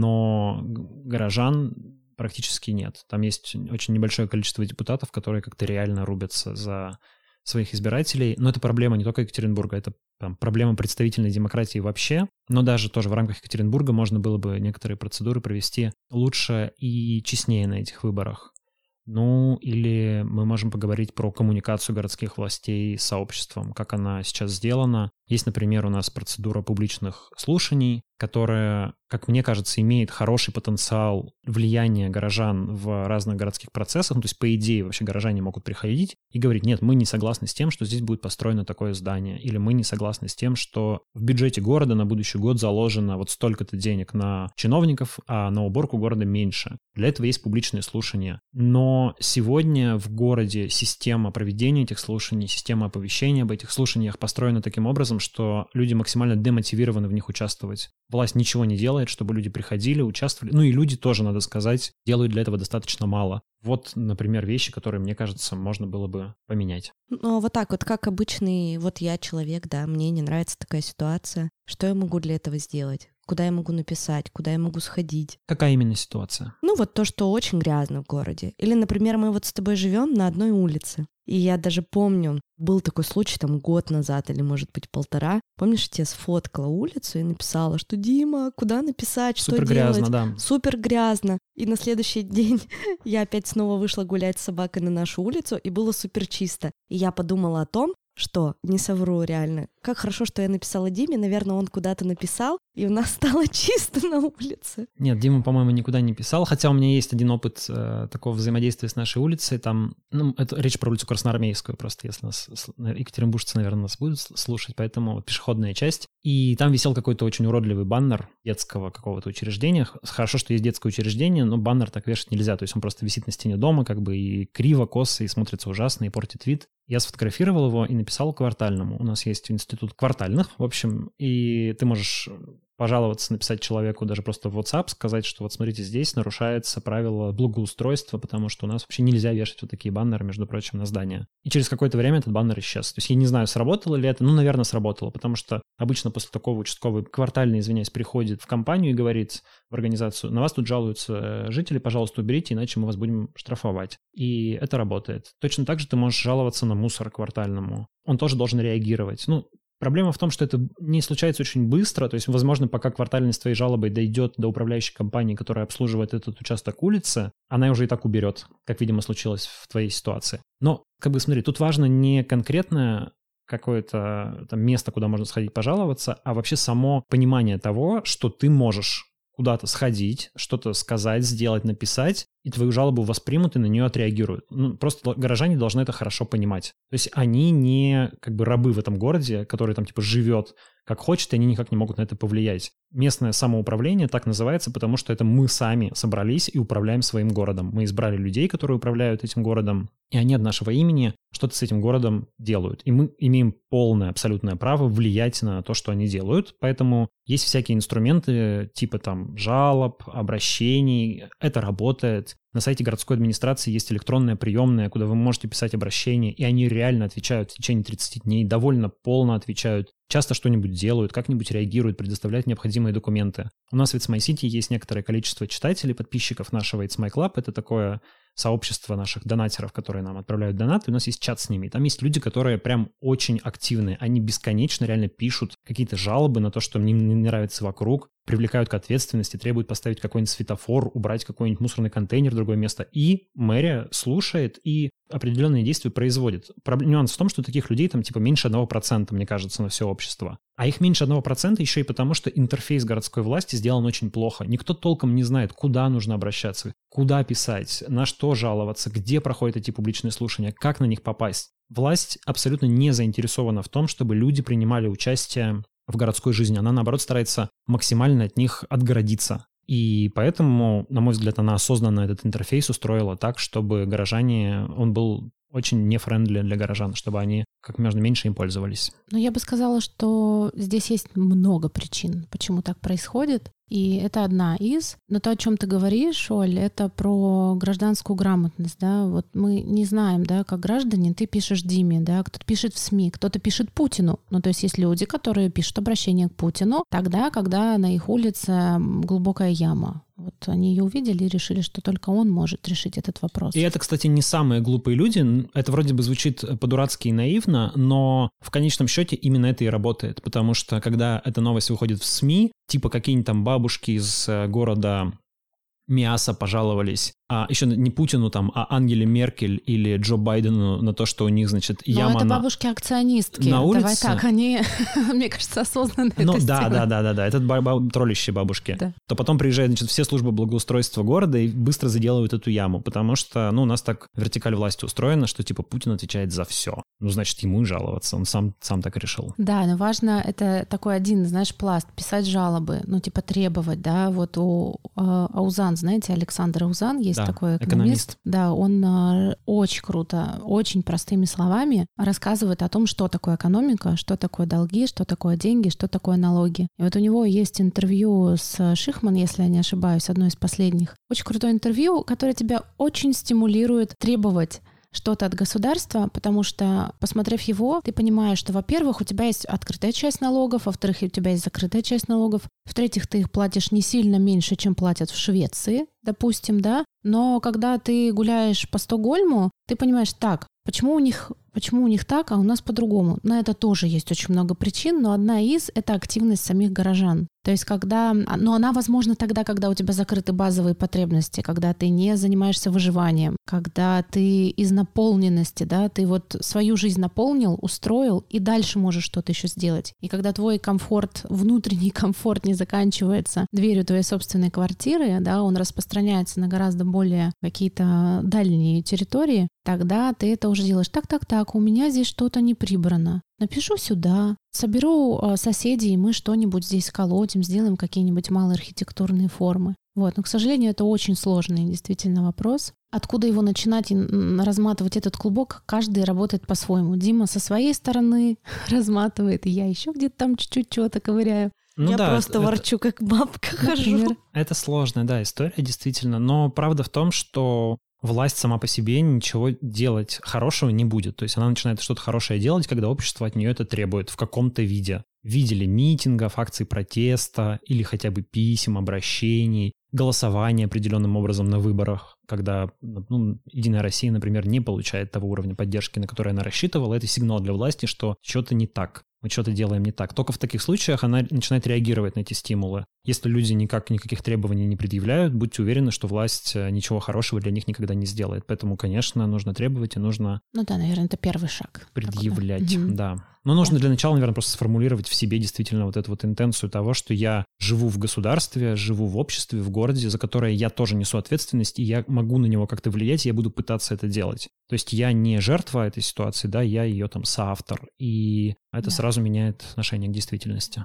но горожан практически нет. Там есть очень небольшое количество депутатов, которые как-то реально рубятся за своих избирателей. Но это проблема не только Екатеринбурга, это там, проблема представительной демократии вообще. Но даже тоже в рамках Екатеринбурга можно было бы некоторые процедуры провести лучше и честнее на этих выборах. Ну, или мы можем поговорить про коммуникацию городских властей с сообществом, как она сейчас сделана. Есть, например, у нас процедура публичных слушаний, которая, как мне кажется, имеет хороший потенциал влияния горожан в разных городских процессах. Ну, то есть, по идее, вообще горожане могут приходить и говорить: нет, мы не согласны с тем, что здесь будет построено такое здание, или мы не согласны с тем, что в бюджете города на будущий год заложено вот столько-то денег на чиновников, а на уборку города меньше. Для этого есть публичные слушания. Но сегодня в городе система проведения этих слушаний, система оповещения об этих слушаниях построена таким образом, что люди максимально демотивированы в них участвовать. Власть ничего не делает, чтобы люди приходили, участвовали. Ну и люди тоже, надо сказать, делают для этого достаточно мало. Вот, например, вещи, которые, мне кажется, можно было бы поменять. Ну, вот так вот, как обычный, вот я человек, да, мне не нравится такая ситуация. Что я могу для этого сделать? Куда я могу написать? Куда я могу сходить? Какая именно ситуация? Ну, вот то, что очень грязно в городе. Или, например, мы вот с тобой живем на одной улице. И я даже помню, был такой случай там год назад или, может быть, полтора. Помнишь, я тебе сфоткала улицу и написала, что Дима, куда написать, что Супер делать? грязно, да. Супер грязно. И на следующий день я опять снова вышла гулять с собакой на нашу улицу, и было супер чисто. И я подумала о том, что, не совру реально, как хорошо, что я написала Диме, наверное, он куда-то написал, и у нас стало чисто на улице. Нет, Дима, по-моему, никуда не писал, хотя у меня есть один опыт э, такого взаимодействия с нашей улицей, там, ну, это речь про улицу Красноармейскую, просто если нас, екатеринбуржцы, наверное, нас будут слушать, поэтому пешеходная часть, и там висел какой-то очень уродливый баннер детского какого-то учреждения. Хорошо, что есть детское учреждение, но баннер так вешать нельзя, то есть он просто висит на стене дома, как бы, и криво, косо, и смотрится ужасно, и портит вид. Я сфотографировал его и написал квартальному. У нас есть институт квартальных, в общем, и ты можешь пожаловаться, написать человеку даже просто в WhatsApp, сказать, что вот смотрите, здесь нарушается правило благоустройства, потому что у нас вообще нельзя вешать вот такие баннеры, между прочим, на здание. И через какое-то время этот баннер исчез. То есть я не знаю, сработало ли это, ну, наверное, сработало, потому что обычно после такого участковый квартальный, извиняюсь, приходит в компанию и говорит в организацию: на вас тут жалуются жители, пожалуйста, уберите, иначе мы вас будем штрафовать. И это работает. Точно так же ты можешь жаловаться на мусор квартальному. Он тоже должен реагировать. Ну, проблема в том, что это не случается очень быстро, то есть, возможно, пока квартальность твоей жалобы дойдет до управляющей компании, которая обслуживает этот участок улицы, она уже и так уберет, как, видимо, случилось в твоей ситуации. Но, как бы, смотри, тут важно не конкретное какое-то там место, куда можно сходить пожаловаться, а вообще само понимание того, что ты можешь куда-то сходить, что-то сказать, сделать, написать, и твою жалобу воспримут и на нее отреагируют. Ну, просто горожане должны это хорошо понимать. То есть они не как бы рабы в этом городе, который там типа живет как хочет, и они никак не могут на это повлиять. Местное самоуправление так называется, потому что это мы сами собрались и управляем своим городом. Мы избрали людей, которые управляют этим городом, и они от нашего имени что-то с этим городом делают. И мы имеем полное, абсолютное право влиять на то, что они делают. Поэтому есть всякие инструменты типа там жалоб, обращений. Это работает. На сайте городской администрации есть электронная приемная, куда вы можете писать обращения, и они реально отвечают в течение тридцати дней, довольно полно отвечают, часто что-нибудь делают, как-нибудь реагируют, предоставляют необходимые документы. У нас в It's My City есть некоторое количество читателей, подписчиков нашего It's My Club. Это такое сообщество наших донатеров, которые нам отправляют донаты. У нас есть чат с ними. Там есть люди, которые прям очень активны. Они бесконечно реально пишут какие-то жалобы на то, что им не нравится вокруг, привлекают к ответственности, требуют поставить какой-нибудь светофор, убрать какой-нибудь мусорный контейнер в другое место. И мэрия слушает и определенные действия производит. Нюанс в том, что таких людей там типа меньше одного процента, мне кажется, на все общество. А их меньше одного процента еще и потому, что интерфейс городской власти сделан очень плохо. Никто толком не знает, куда нужно обращаться, куда писать, на что жаловаться, где проходят эти публичные слушания, как на них попасть. Власть абсолютно не заинтересована в том, чтобы люди принимали участие в городской жизни. Она, наоборот, старается максимально от них отгородиться. И поэтому, на мой взгляд, она осознанно этот интерфейс устроила так, чтобы горожане, он был очень нефрендли для горожан, чтобы они как можно меньше им пользовались. Ну, я бы сказала, что здесь есть много причин, почему так происходит. И это одна из. Но то, о чем ты говоришь, Оль, это про гражданскую грамотность, да. Вот мы не знаем, да, как граждане, ты пишешь Диме, да, кто-то пишет в СМИ, кто-то пишет Путину. Ну, то есть есть люди, которые пишут обращение к Путину тогда, когда на их улице глубокая яма. Вот они ее увидели и решили, что только он может решить этот вопрос. И это, кстати, не самые глупые люди. Это вроде бы звучит по-дурацки и наивно, но в конечном счете именно это и работает. Потому что когда эта новость выходит в СМИ, типа какие-нибудь там бабушки из города Миаса пожаловались, а еще не Путину там, а Ангеле Меркель или Джо Байдену на то, что у них, значит, яма на... Но это бабушки-акционистки. На улице. Давай так, они, мне кажется, осознанно ну, это да, сделали. да, да, да, да, это баб... троллищие бабушки. Да. То потом приезжают, значит, все службы благоустройства города и быстро заделывают эту яму, потому что, ну, у нас так вертикаль власти устроена, что, типа, Путин отвечает за все. Ну, значит, ему и жаловаться, он сам, сам так решил. Да, но важно, это такой один, знаешь, пласт, писать жалобы, ну, типа, требовать, да, вот у э, Аузан, знаете, Александр Аузан, есть да, такой экономист. экономист. Да, он э, очень круто, очень простыми словами рассказывает о том, что такое экономика, что такое долги, что такое деньги, что такое налоги. И вот у него есть интервью с Шихман, если я не ошибаюсь, одно из последних. Очень крутое интервью, которое тебя очень стимулирует требовать что-то от государства, потому что, посмотрев его, ты понимаешь, что, во-первых, у тебя есть открытая часть налогов, во-вторых, у тебя есть закрытая часть налогов, в-третьих, ты их платишь не сильно меньше, чем платят в Швеции, допустим, да, но когда ты гуляешь по Стокгольму, ты понимаешь, так, почему у них, почему у них так, а у нас по-другому? На это тоже есть очень много причин, но одна из — это активность самих горожан. То есть когда... Но она возможна тогда, когда у тебя закрыты базовые потребности, когда ты не занимаешься выживанием, когда ты из наполненности, да, ты вот свою жизнь наполнил, устроил, и дальше можешь что-то еще сделать. И когда твой комфорт, внутренний комфорт не заканчивается дверью твоей собственной квартиры, да, он распространяется на гораздо более какие-то дальние территории, тогда ты это уже делаешь. Так-так-так, у меня здесь что-то не прибрано. Напишу сюда, соберу соседей, и мы что-нибудь здесь колотим, сделаем какие-нибудь малые архитектурные формы. Вот. Но, к сожалению, это очень сложный действительно вопрос. откуда его начинать и разматывать этот клубок, каждый работает по-своему. Дима со своей стороны разматывает, и я еще где-то там чуть-чуть чего-то ковыряю. Ну, я да, просто это, ворчу, как бабка хожу. Это сложная, да, история, действительно. Но правда в том, что власть сама по себе ничего делать хорошего не будет. То есть она начинает что-то хорошее делать, когда общество от нее это требует в каком-то виде. В виде митингов, акций протеста или хотя бы писем, обращений, голосования определенным образом на выборах, когда ну, Единая Россия, например, не получает того уровня поддержки, на который она рассчитывала. Это сигнал для власти, что что-то не так. Мы что-то делаем не так. Только в таких случаях она начинает реагировать на эти стимулы. Если люди никак, никаких требований не предъявляют, будьте уверены, что власть ничего хорошего для них никогда не сделает. Поэтому, конечно, нужно требовать и нужно... Ну да, наверное, это первый шаг. Предъявлять, угу. да. Но нужно да. для начала, наверное, просто сформулировать в себе действительно вот эту вот интенцию того, что я живу в государстве, живу в обществе, в городе, за которое я тоже несу ответственность, и я могу на него как-то влиять, и я буду пытаться это делать. То есть я не жертва этой ситуации, да, я ее там соавтор. И это да. сразу меняет отношение к действительности.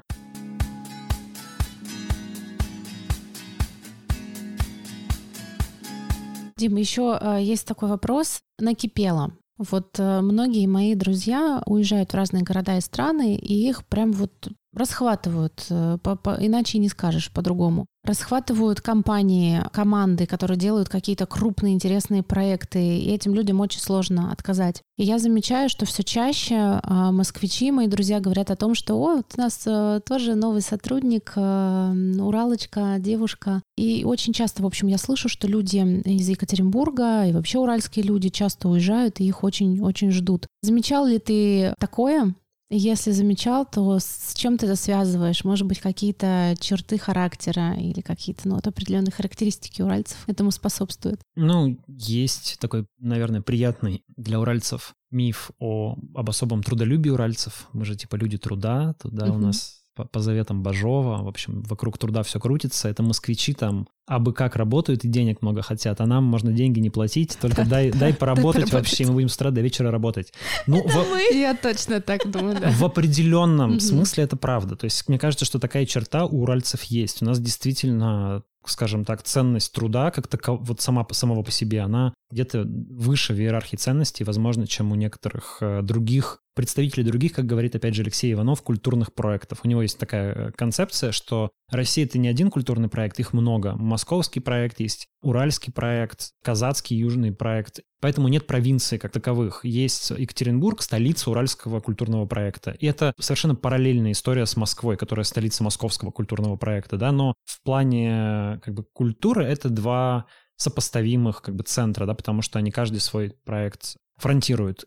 Дима, еще э, есть такой вопрос. Накипело. Вот э, многие мои друзья уезжают в разные города и страны, и их прям вот расхватывают, э, по, по, иначе и не скажешь по-другому. Расхватывают компании, команды, которые делают какие-то крупные интересные проекты, и этим людям очень сложно отказать. И я замечаю, что все чаще э, москвичи, мои друзья, говорят о том, что «О, вот у нас э, тоже новый сотрудник, э, Уралочка, девушка». И очень часто, в общем, я слышу, что люди из Екатеринбурга и вообще уральские люди часто уезжают, и их очень-очень ждут. Замечал ли ты такое? Если замечал, то с чем ты это связываешь? Может быть, какие-то черты характера или какие-то ну, вот определенные характеристики уральцев этому способствуют? Ну, есть такой, наверное, приятный для уральцев миф о, об особом трудолюбии уральцев. Мы же типа люди труда, туда uh-huh. у нас по, по заветам Бажова, в общем, вокруг труда все крутится. Это москвичи там абы как работают и денег много хотят, а нам можно деньги не платить, только дай, дай поработать вообще, мы будем с утра до вечера работать. Ну, в... Я точно так думаю, да. В определенном смысле это правда. То есть мне кажется, что такая черта у уральцев есть. У нас действительно, скажем так, ценность труда, как такова, вот сама, самого по себе, она где-то выше в иерархии ценностей, возможно, чем у некоторых э, других представителей других, как говорит опять же Алексей Иванов, культурных проектов. У него есть такая концепция, что Россия — это не один культурный проект, их много. Московский проект есть, уральский проект, казацкий, южный проект. Поэтому нет провинций как таковых. Есть Екатеринбург, столица уральского культурного проекта. И это совершенно параллельная история с Москвой, которая столица московского культурного проекта, да, но в плане как бы культуры это два сопоставимых как бы центра, да, потому что они каждый свой проект фронтируют.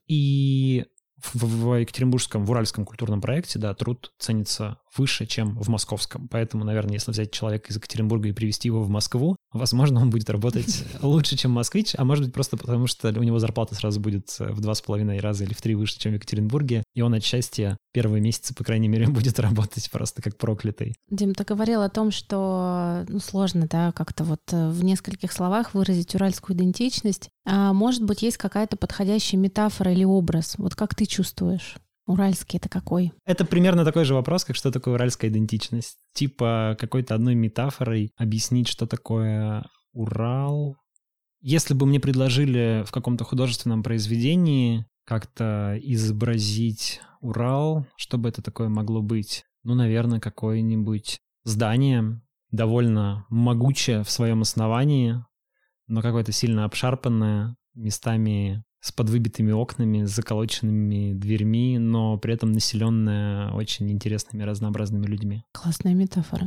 И в, в Екатеринбургском, в уральском культурном проекте, да, труд ценится выше, чем в московском. Поэтому, наверное, если взять человека из Екатеринбурга и привезти его в Москву, возможно, он будет работать лучше, чем москвич, а может быть просто потому, что у него зарплата сразу будет в два с половиной раза или в три выше, чем в Екатеринбурге, и он от счастья первые месяцы, по крайней мере, будет работать просто как проклятый. Дим, ты говорил о том, что ну, сложно, да, как-то вот в нескольких словах выразить уральскую идентичность. А может быть, есть какая-то подходящая метафора или образ? Вот как ты чувствуешь? Уральский — это какой? Это примерно такой же вопрос, как что такое уральская идентичность. Типа какой-то одной метафорой объяснить, что такое Урал. Если бы мне предложили в каком-то художественном произведении как-то изобразить Урал, что бы это такое могло быть? Ну, наверное, какое-нибудь здание, довольно могучее в своем основании, но какое-то сильно обшарпанное, местами с подвыбитыми окнами, с заколоченными дверьми, но при этом населенная очень интересными разнообразными людьми. Классная метафора.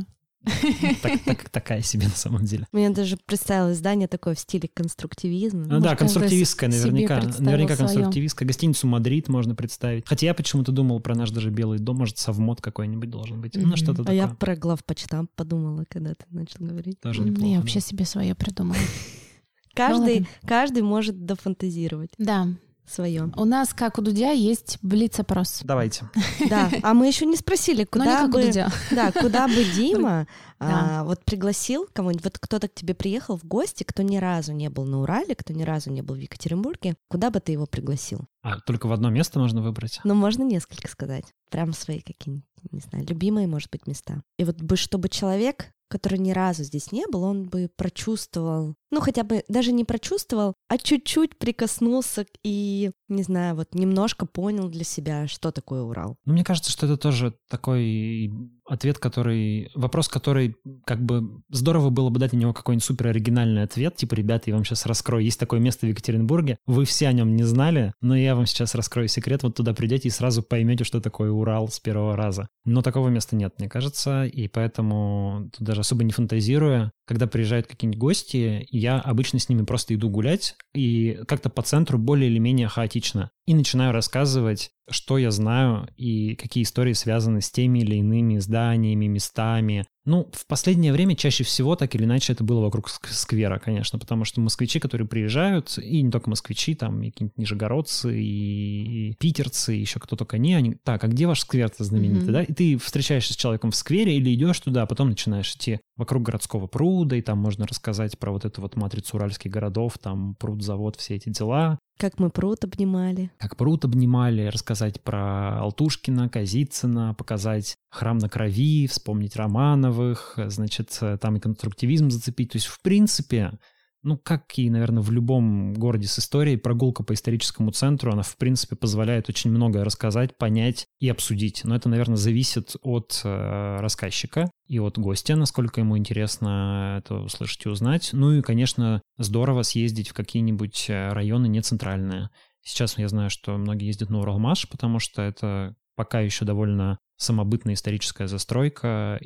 Так, так, такая себе на самом деле. Мне даже представилось здание такое в стиле конструктивизма. Ну, да, конструктивистское наверняка. Наверняка конструктивистское. Гостиницу «Мадрид» можно представить. Хотя я почему-то думал про наш даже Белый дом. Может, совмод какой-нибудь должен быть. Mm-hmm. Ну, что-то а такое. я про главпочтамт подумала, когда ты начал говорить. Тоже неплохо. Я да. вообще себе свое придумала. Каждый, каждый может дофантазировать. Да. Свое. У нас, как у Дудя, есть блиц-опрос. Давайте. Да, а мы еще не спросили, куда ну, бы, да, куда бы Дима а, вот пригласил кого-нибудь, вот кто-то к тебе приехал в гости, кто ни разу не был на Урале, кто ни разу не был в Екатеринбурге, куда бы ты его пригласил? А только в одно место можно выбрать? Ну, можно несколько сказать. Прям свои какие-нибудь, не знаю, любимые, может быть, места. И вот бы, чтобы человек, который ни разу здесь не был, он бы прочувствовал Ну, хотя бы даже не прочувствовал, а чуть-чуть прикоснулся и, не знаю, вот немножко понял для себя, что такое Урал. Ну, мне кажется, что это тоже такой ответ, который... Вопрос, который как бы здорово было бы дать на него какой-нибудь супер оригинальный ответ. Типа, ребята, я вам сейчас раскрою. Есть такое место в Екатеринбурге, вы все о нем не знали, но я вам сейчас раскрою секрет. Вот туда придете и сразу поймете, что такое Урал с первого раза. Но такого места нет, мне кажется, и поэтому тут даже особо не фантазируя, когда приезжают какие-нибудь гости, я обычно с ними просто иду гулять и как-то по центру более или менее хаотично. И начинаю рассказывать, что я знаю и какие истории связаны с теми или иными зданиями, местами. Ну, в последнее время чаще всего так или иначе это было вокруг сквера, конечно, потому что москвичи, которые приезжают, и не только москвичи, там и какие-нибудь нижегородцы, и, и питерцы, и еще кто только не, они, так, а где ваш сквер-то знаменитый, mm-hmm. да? И ты встречаешься с человеком в сквере или идешь туда, а потом начинаешь идти вокруг городского пруда, и там можно рассказать про вот эту вот матрицу уральских городов, там пруд-завод, все эти дела. Как мы пруд обнимали. Как пруд обнимали, рассказать про Алтушкина, Казицына, показать храм на крови, вспомнить Романовых, значит, там и конструктивизм зацепить. То есть, в принципе, ну, как и, наверное, в любом городе с историей, прогулка по историческому центру, она, в принципе, позволяет очень многое рассказать, понять и обсудить. Но это, наверное, зависит от э, рассказчика и от гостя, насколько ему интересно это услышать и узнать. Ну и, конечно, здорово съездить в какие-нибудь районы нецентральные. Сейчас я знаю, что многие ездят на Уралмаш, потому что это пока еще довольно самобытная историческая застройка,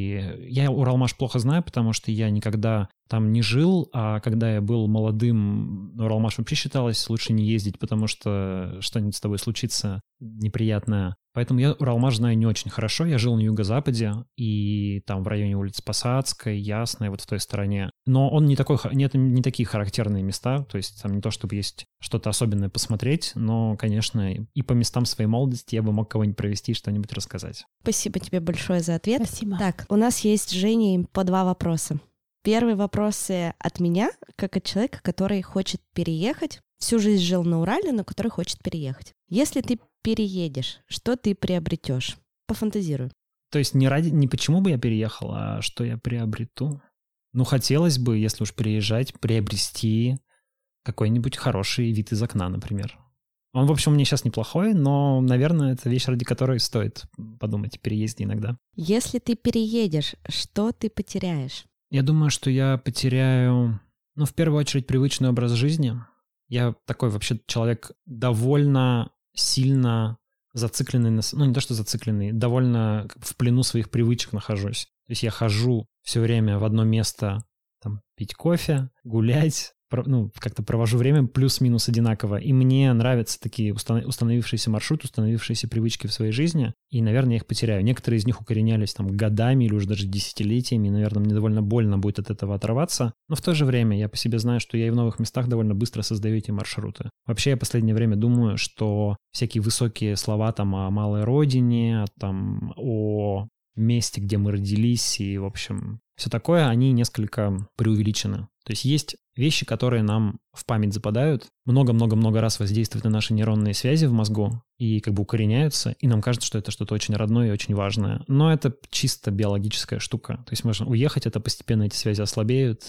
и я Уралмаш плохо знаю, потому что я никогда там не жил, а когда я был молодым, Уралмаш вообще считалось лучше не ездить, потому что что-нибудь с тобой случится неприятное. Поэтому я Уралмаш знаю не очень хорошо. Я жил на юго-западе, и там в районе улицы Посадской, Ясной, вот в той стороне. Но он не такой, нет, не такие характерные места, то есть там не то, чтобы есть что-то особенное посмотреть, но, конечно, и по местам своей молодости я бы мог кого-нибудь провести, что-нибудь рассказать. Спасибо тебе большое за ответ. Спасибо. Так, у нас есть с Женей по два вопроса. Первый вопрос от меня, как от человека, который хочет переехать. Всю жизнь жил на Урале, но который хочет переехать. Если ты переедешь, что ты приобретешь? Пофантазируй. То есть не ради, не почему бы я переехал, а что я приобрету? Ну, хотелось бы, если уж переезжать, приобрести какой-нибудь хороший вид из окна, например. Он, в общем, у меня сейчас неплохой, но, наверное, это вещь, ради которой стоит подумать о переезде иногда. Если ты переедешь, что ты потеряешь? Я думаю, что я потеряю, ну, в первую очередь, привычный образ жизни. Я такой вообще человек довольно сильно зацикленный, на, ну, не то что зацикленный, довольно в плену своих привычек нахожусь. То есть я хожу все время в одно место, там, пить кофе, гулять, ну, как-то провожу время плюс-минус одинаково. И мне нравятся такие установившиеся маршруты, установившиеся привычки в своей жизни. И, наверное, я их потеряю. Некоторые из них укоренялись там годами или уже даже десятилетиями. И, наверное, мне довольно больно будет от этого оторваться. Но в то же время я по себе знаю, что я и в новых местах довольно быстро создаю эти маршруты. Вообще, я в последнее время думаю, что всякие высокие слова там о малой родине, там о месте, где мы родились и, в общем, все такое, они несколько преувеличены. То есть есть вещи, которые нам в память западают, много-много-много раз воздействуют на наши нейронные связи в мозгу и как бы укореняются, и нам кажется, что это что-то очень родное и очень важное. Но это чисто биологическая штука. То есть можно уехать, это постепенно эти связи ослабеют,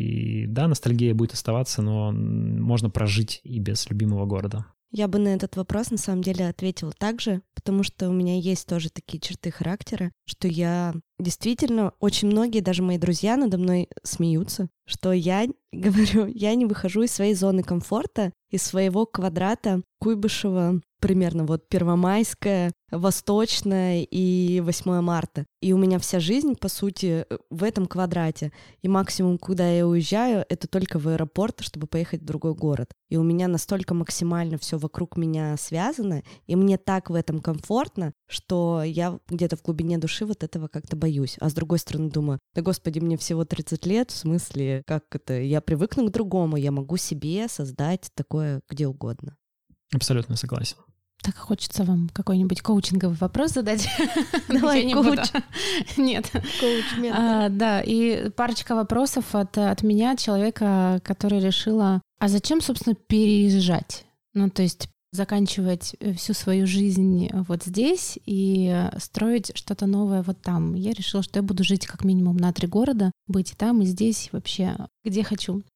и да, ностальгия будет оставаться, но можно прожить и без любимого города. Я бы на этот вопрос на самом деле ответила так же, потому что у меня есть тоже такие черты характера, что я действительно, очень многие, даже мои друзья надо мной смеются, что я говорю, я не выхожу из своей зоны комфорта, из своего квадрата Куйбышева, примерно вот Первомайская, Восточная и восьмое марта. И у меня вся жизнь, по сути, в этом квадрате. И максимум, куда я уезжаю, это только в аэропорт, чтобы поехать в другой город. И у меня настолько максимально все вокруг меня связано, и мне так в этом комфортно, что я где-то в глубине души вот этого как-то боюсь. А с другой стороны думаю, да господи, мне всего тридцать лет, в смысле, как это, я привыкну к другому, я могу себе создать такое где угодно. Абсолютно согласен. Так хочется вам какой-нибудь коучинговый вопрос задать. Давай, коуч. Нет. Коуч а, да, и парочка вопросов от, от меня, человека, который решила, а зачем, собственно, переезжать? Ну, то есть заканчивать всю свою жизнь вот здесь и строить что-то новое вот там. Я решила, что я буду жить как минимум на три города, быть и там, и здесь, вообще где хочу.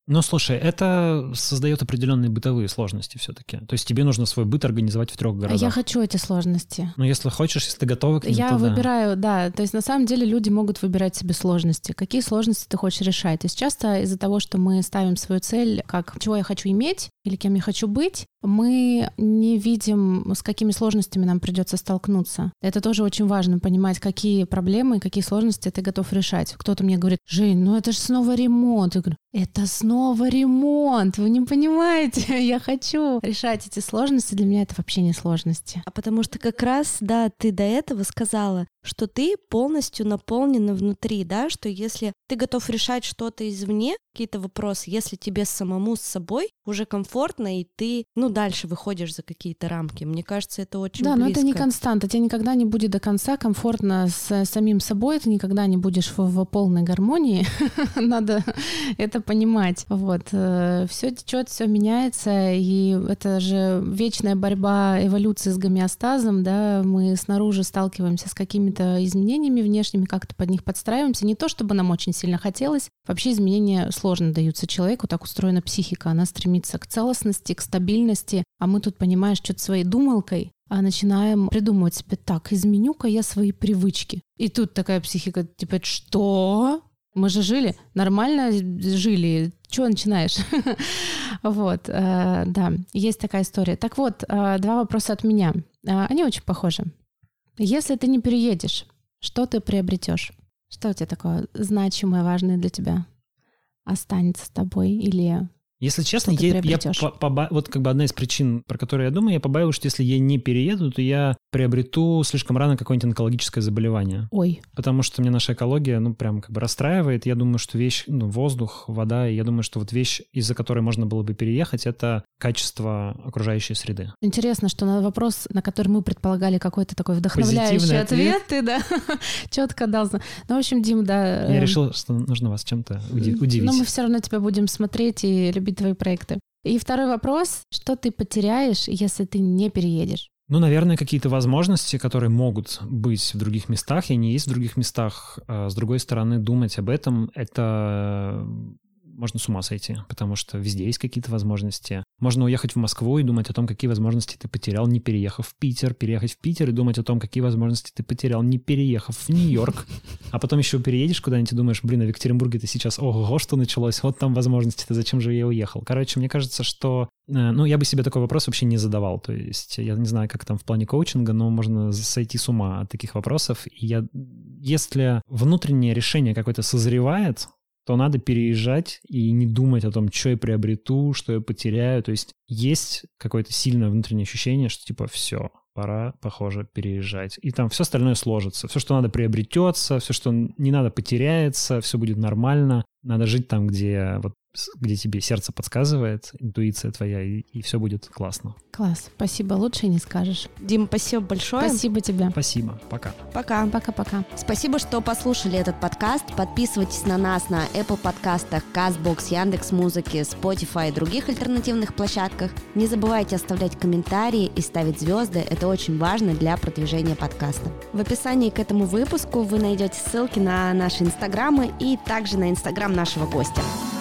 Ну, слушай, это создает определенные бытовые сложности все-таки. То есть тебе нужно свой быт организовать в трех городах. Я хочу эти сложности. Ну, если хочешь, если ты готова к ним, Я то выбираю, да. да. То есть на самом деле люди могут выбирать себе сложности. Какие сложности ты хочешь решать? То есть часто из-за того, что мы ставим свою цель, как чего я хочу иметь или кем я хочу быть, мы не видим, с какими сложностями нам придется столкнуться. Это тоже очень важно, понимать, какие проблемы и какие сложности ты готов решать. Кто-то мне говорит: Жень, ну это же снова ремонт. Я говорю: это снова ремонт, вы не понимаете, я хочу решать эти сложности, для меня это вообще не сложности. А потому что как раз, да, ты до этого сказала, что ты полностью наполнена внутри, да, что если ты готов решать что-то извне, какие-то вопросы, если тебе самому с собой уже комфортно, и ты, ну, дальше выходишь за какие-то рамки. Мне кажется, это очень да, близко. Но это не константа, тебе никогда не будет до конца комфортно с самим собой, ты никогда не будешь в, в полной гармонии, надо это понимать. Вот. Все течет, все меняется, и это же вечная борьба эволюции с гомеостазом, да, мы снаружи сталкиваемся с какими-то изменениями внешними, как-то под них подстраиваемся, не то чтобы нам очень сильно хотелось, вообще изменения сложно даются человеку, так устроена психика, она стремится к целостности, к стабильности, а мы тут, понимаешь, что-то своей думалкой, а начинаем придумывать себе: так, изменю-ка я свои привычки. И тут такая психика, типа: что? Мы же жили, нормально жили, чего начинаешь? Вот, да, есть такая история. Так вот, два вопроса от меня. Они очень похожи. Если ты не переедешь, что ты приобретешь? Что у тебя такое значимое, важное для тебя останется с тобой или... Если честно, я, я поба... вот как бы одна из причин, про которую я думаю, я побаиваюсь, что если я не перееду, то я приобрету слишком рано какое-нибудь онкологическое заболевание. Ой. Потому что мне наша экология, ну, прям как бы расстраивает. Я думаю, что вещь, ну, воздух, вода, и я думаю, что вот вещь, из-за которой можно было бы переехать, это качество окружающей среды. Интересно, что на вопрос, на который мы предполагали какой-то такой вдохновляющий Позитивный ответ, ответ, ты, да, четко дал. Ну, в общем, Дим, да... Я решил, что нужно вас чем-то удивить. Но мы все равно тебя будем смотреть и любить твои проекты. И второй вопрос: что ты потеряешь, если ты не переедешь? Ну, наверное, какие-то возможности, которые могут быть в других местах и не есть в других местах. А с другой стороны, думать об этом — это... можно с ума сойти, потому что везде есть какие-то возможности. Можно уехать в Москву и думать о том, какие возможности ты потерял, не переехав в Питер, переехать в Питер и думать о том, какие возможности ты потерял, не переехав в Нью-Йорк. А потом еще переедешь куда-нибудь и думаешь: блин, а в Екатеринбурге-то сейчас, ого, что началось, вот там возможности-то, зачем же я уехал? Короче, мне кажется, что, ну, я бы себе такой вопрос вообще не задавал. То есть я не знаю, как там в плане коучинга, но можно сойти с ума от таких вопросов. И я, если внутреннее решение какое-то созревает, то надо переезжать и не думать о том, что я приобрету, что я потеряю. То есть есть какое-то сильное внутреннее ощущение, что типа все, пора, похоже, переезжать. И там все остальное сложится. Все, что надо, приобретется, все, что не надо, потеряется, все будет нормально. Надо жить там, где вот где тебе сердце подсказывает, интуиция твоя, и, и все будет классно. Класс, спасибо, лучше и не скажешь. Дим, спасибо большое. Спасибо тебе. Спасибо, пока. Пока. Пока-пока. Спасибо, что послушали этот подкаст. Подписывайтесь на нас на Apple подкастах, Castbox, Яндекс.Музыке, Spotify и других альтернативных площадках. Не забывайте оставлять комментарии и ставить звезды, это очень важно для продвижения подкаста. В описании к этому выпуску вы найдете ссылки на наши инстаграмы и также на инстаграм нашего гостя.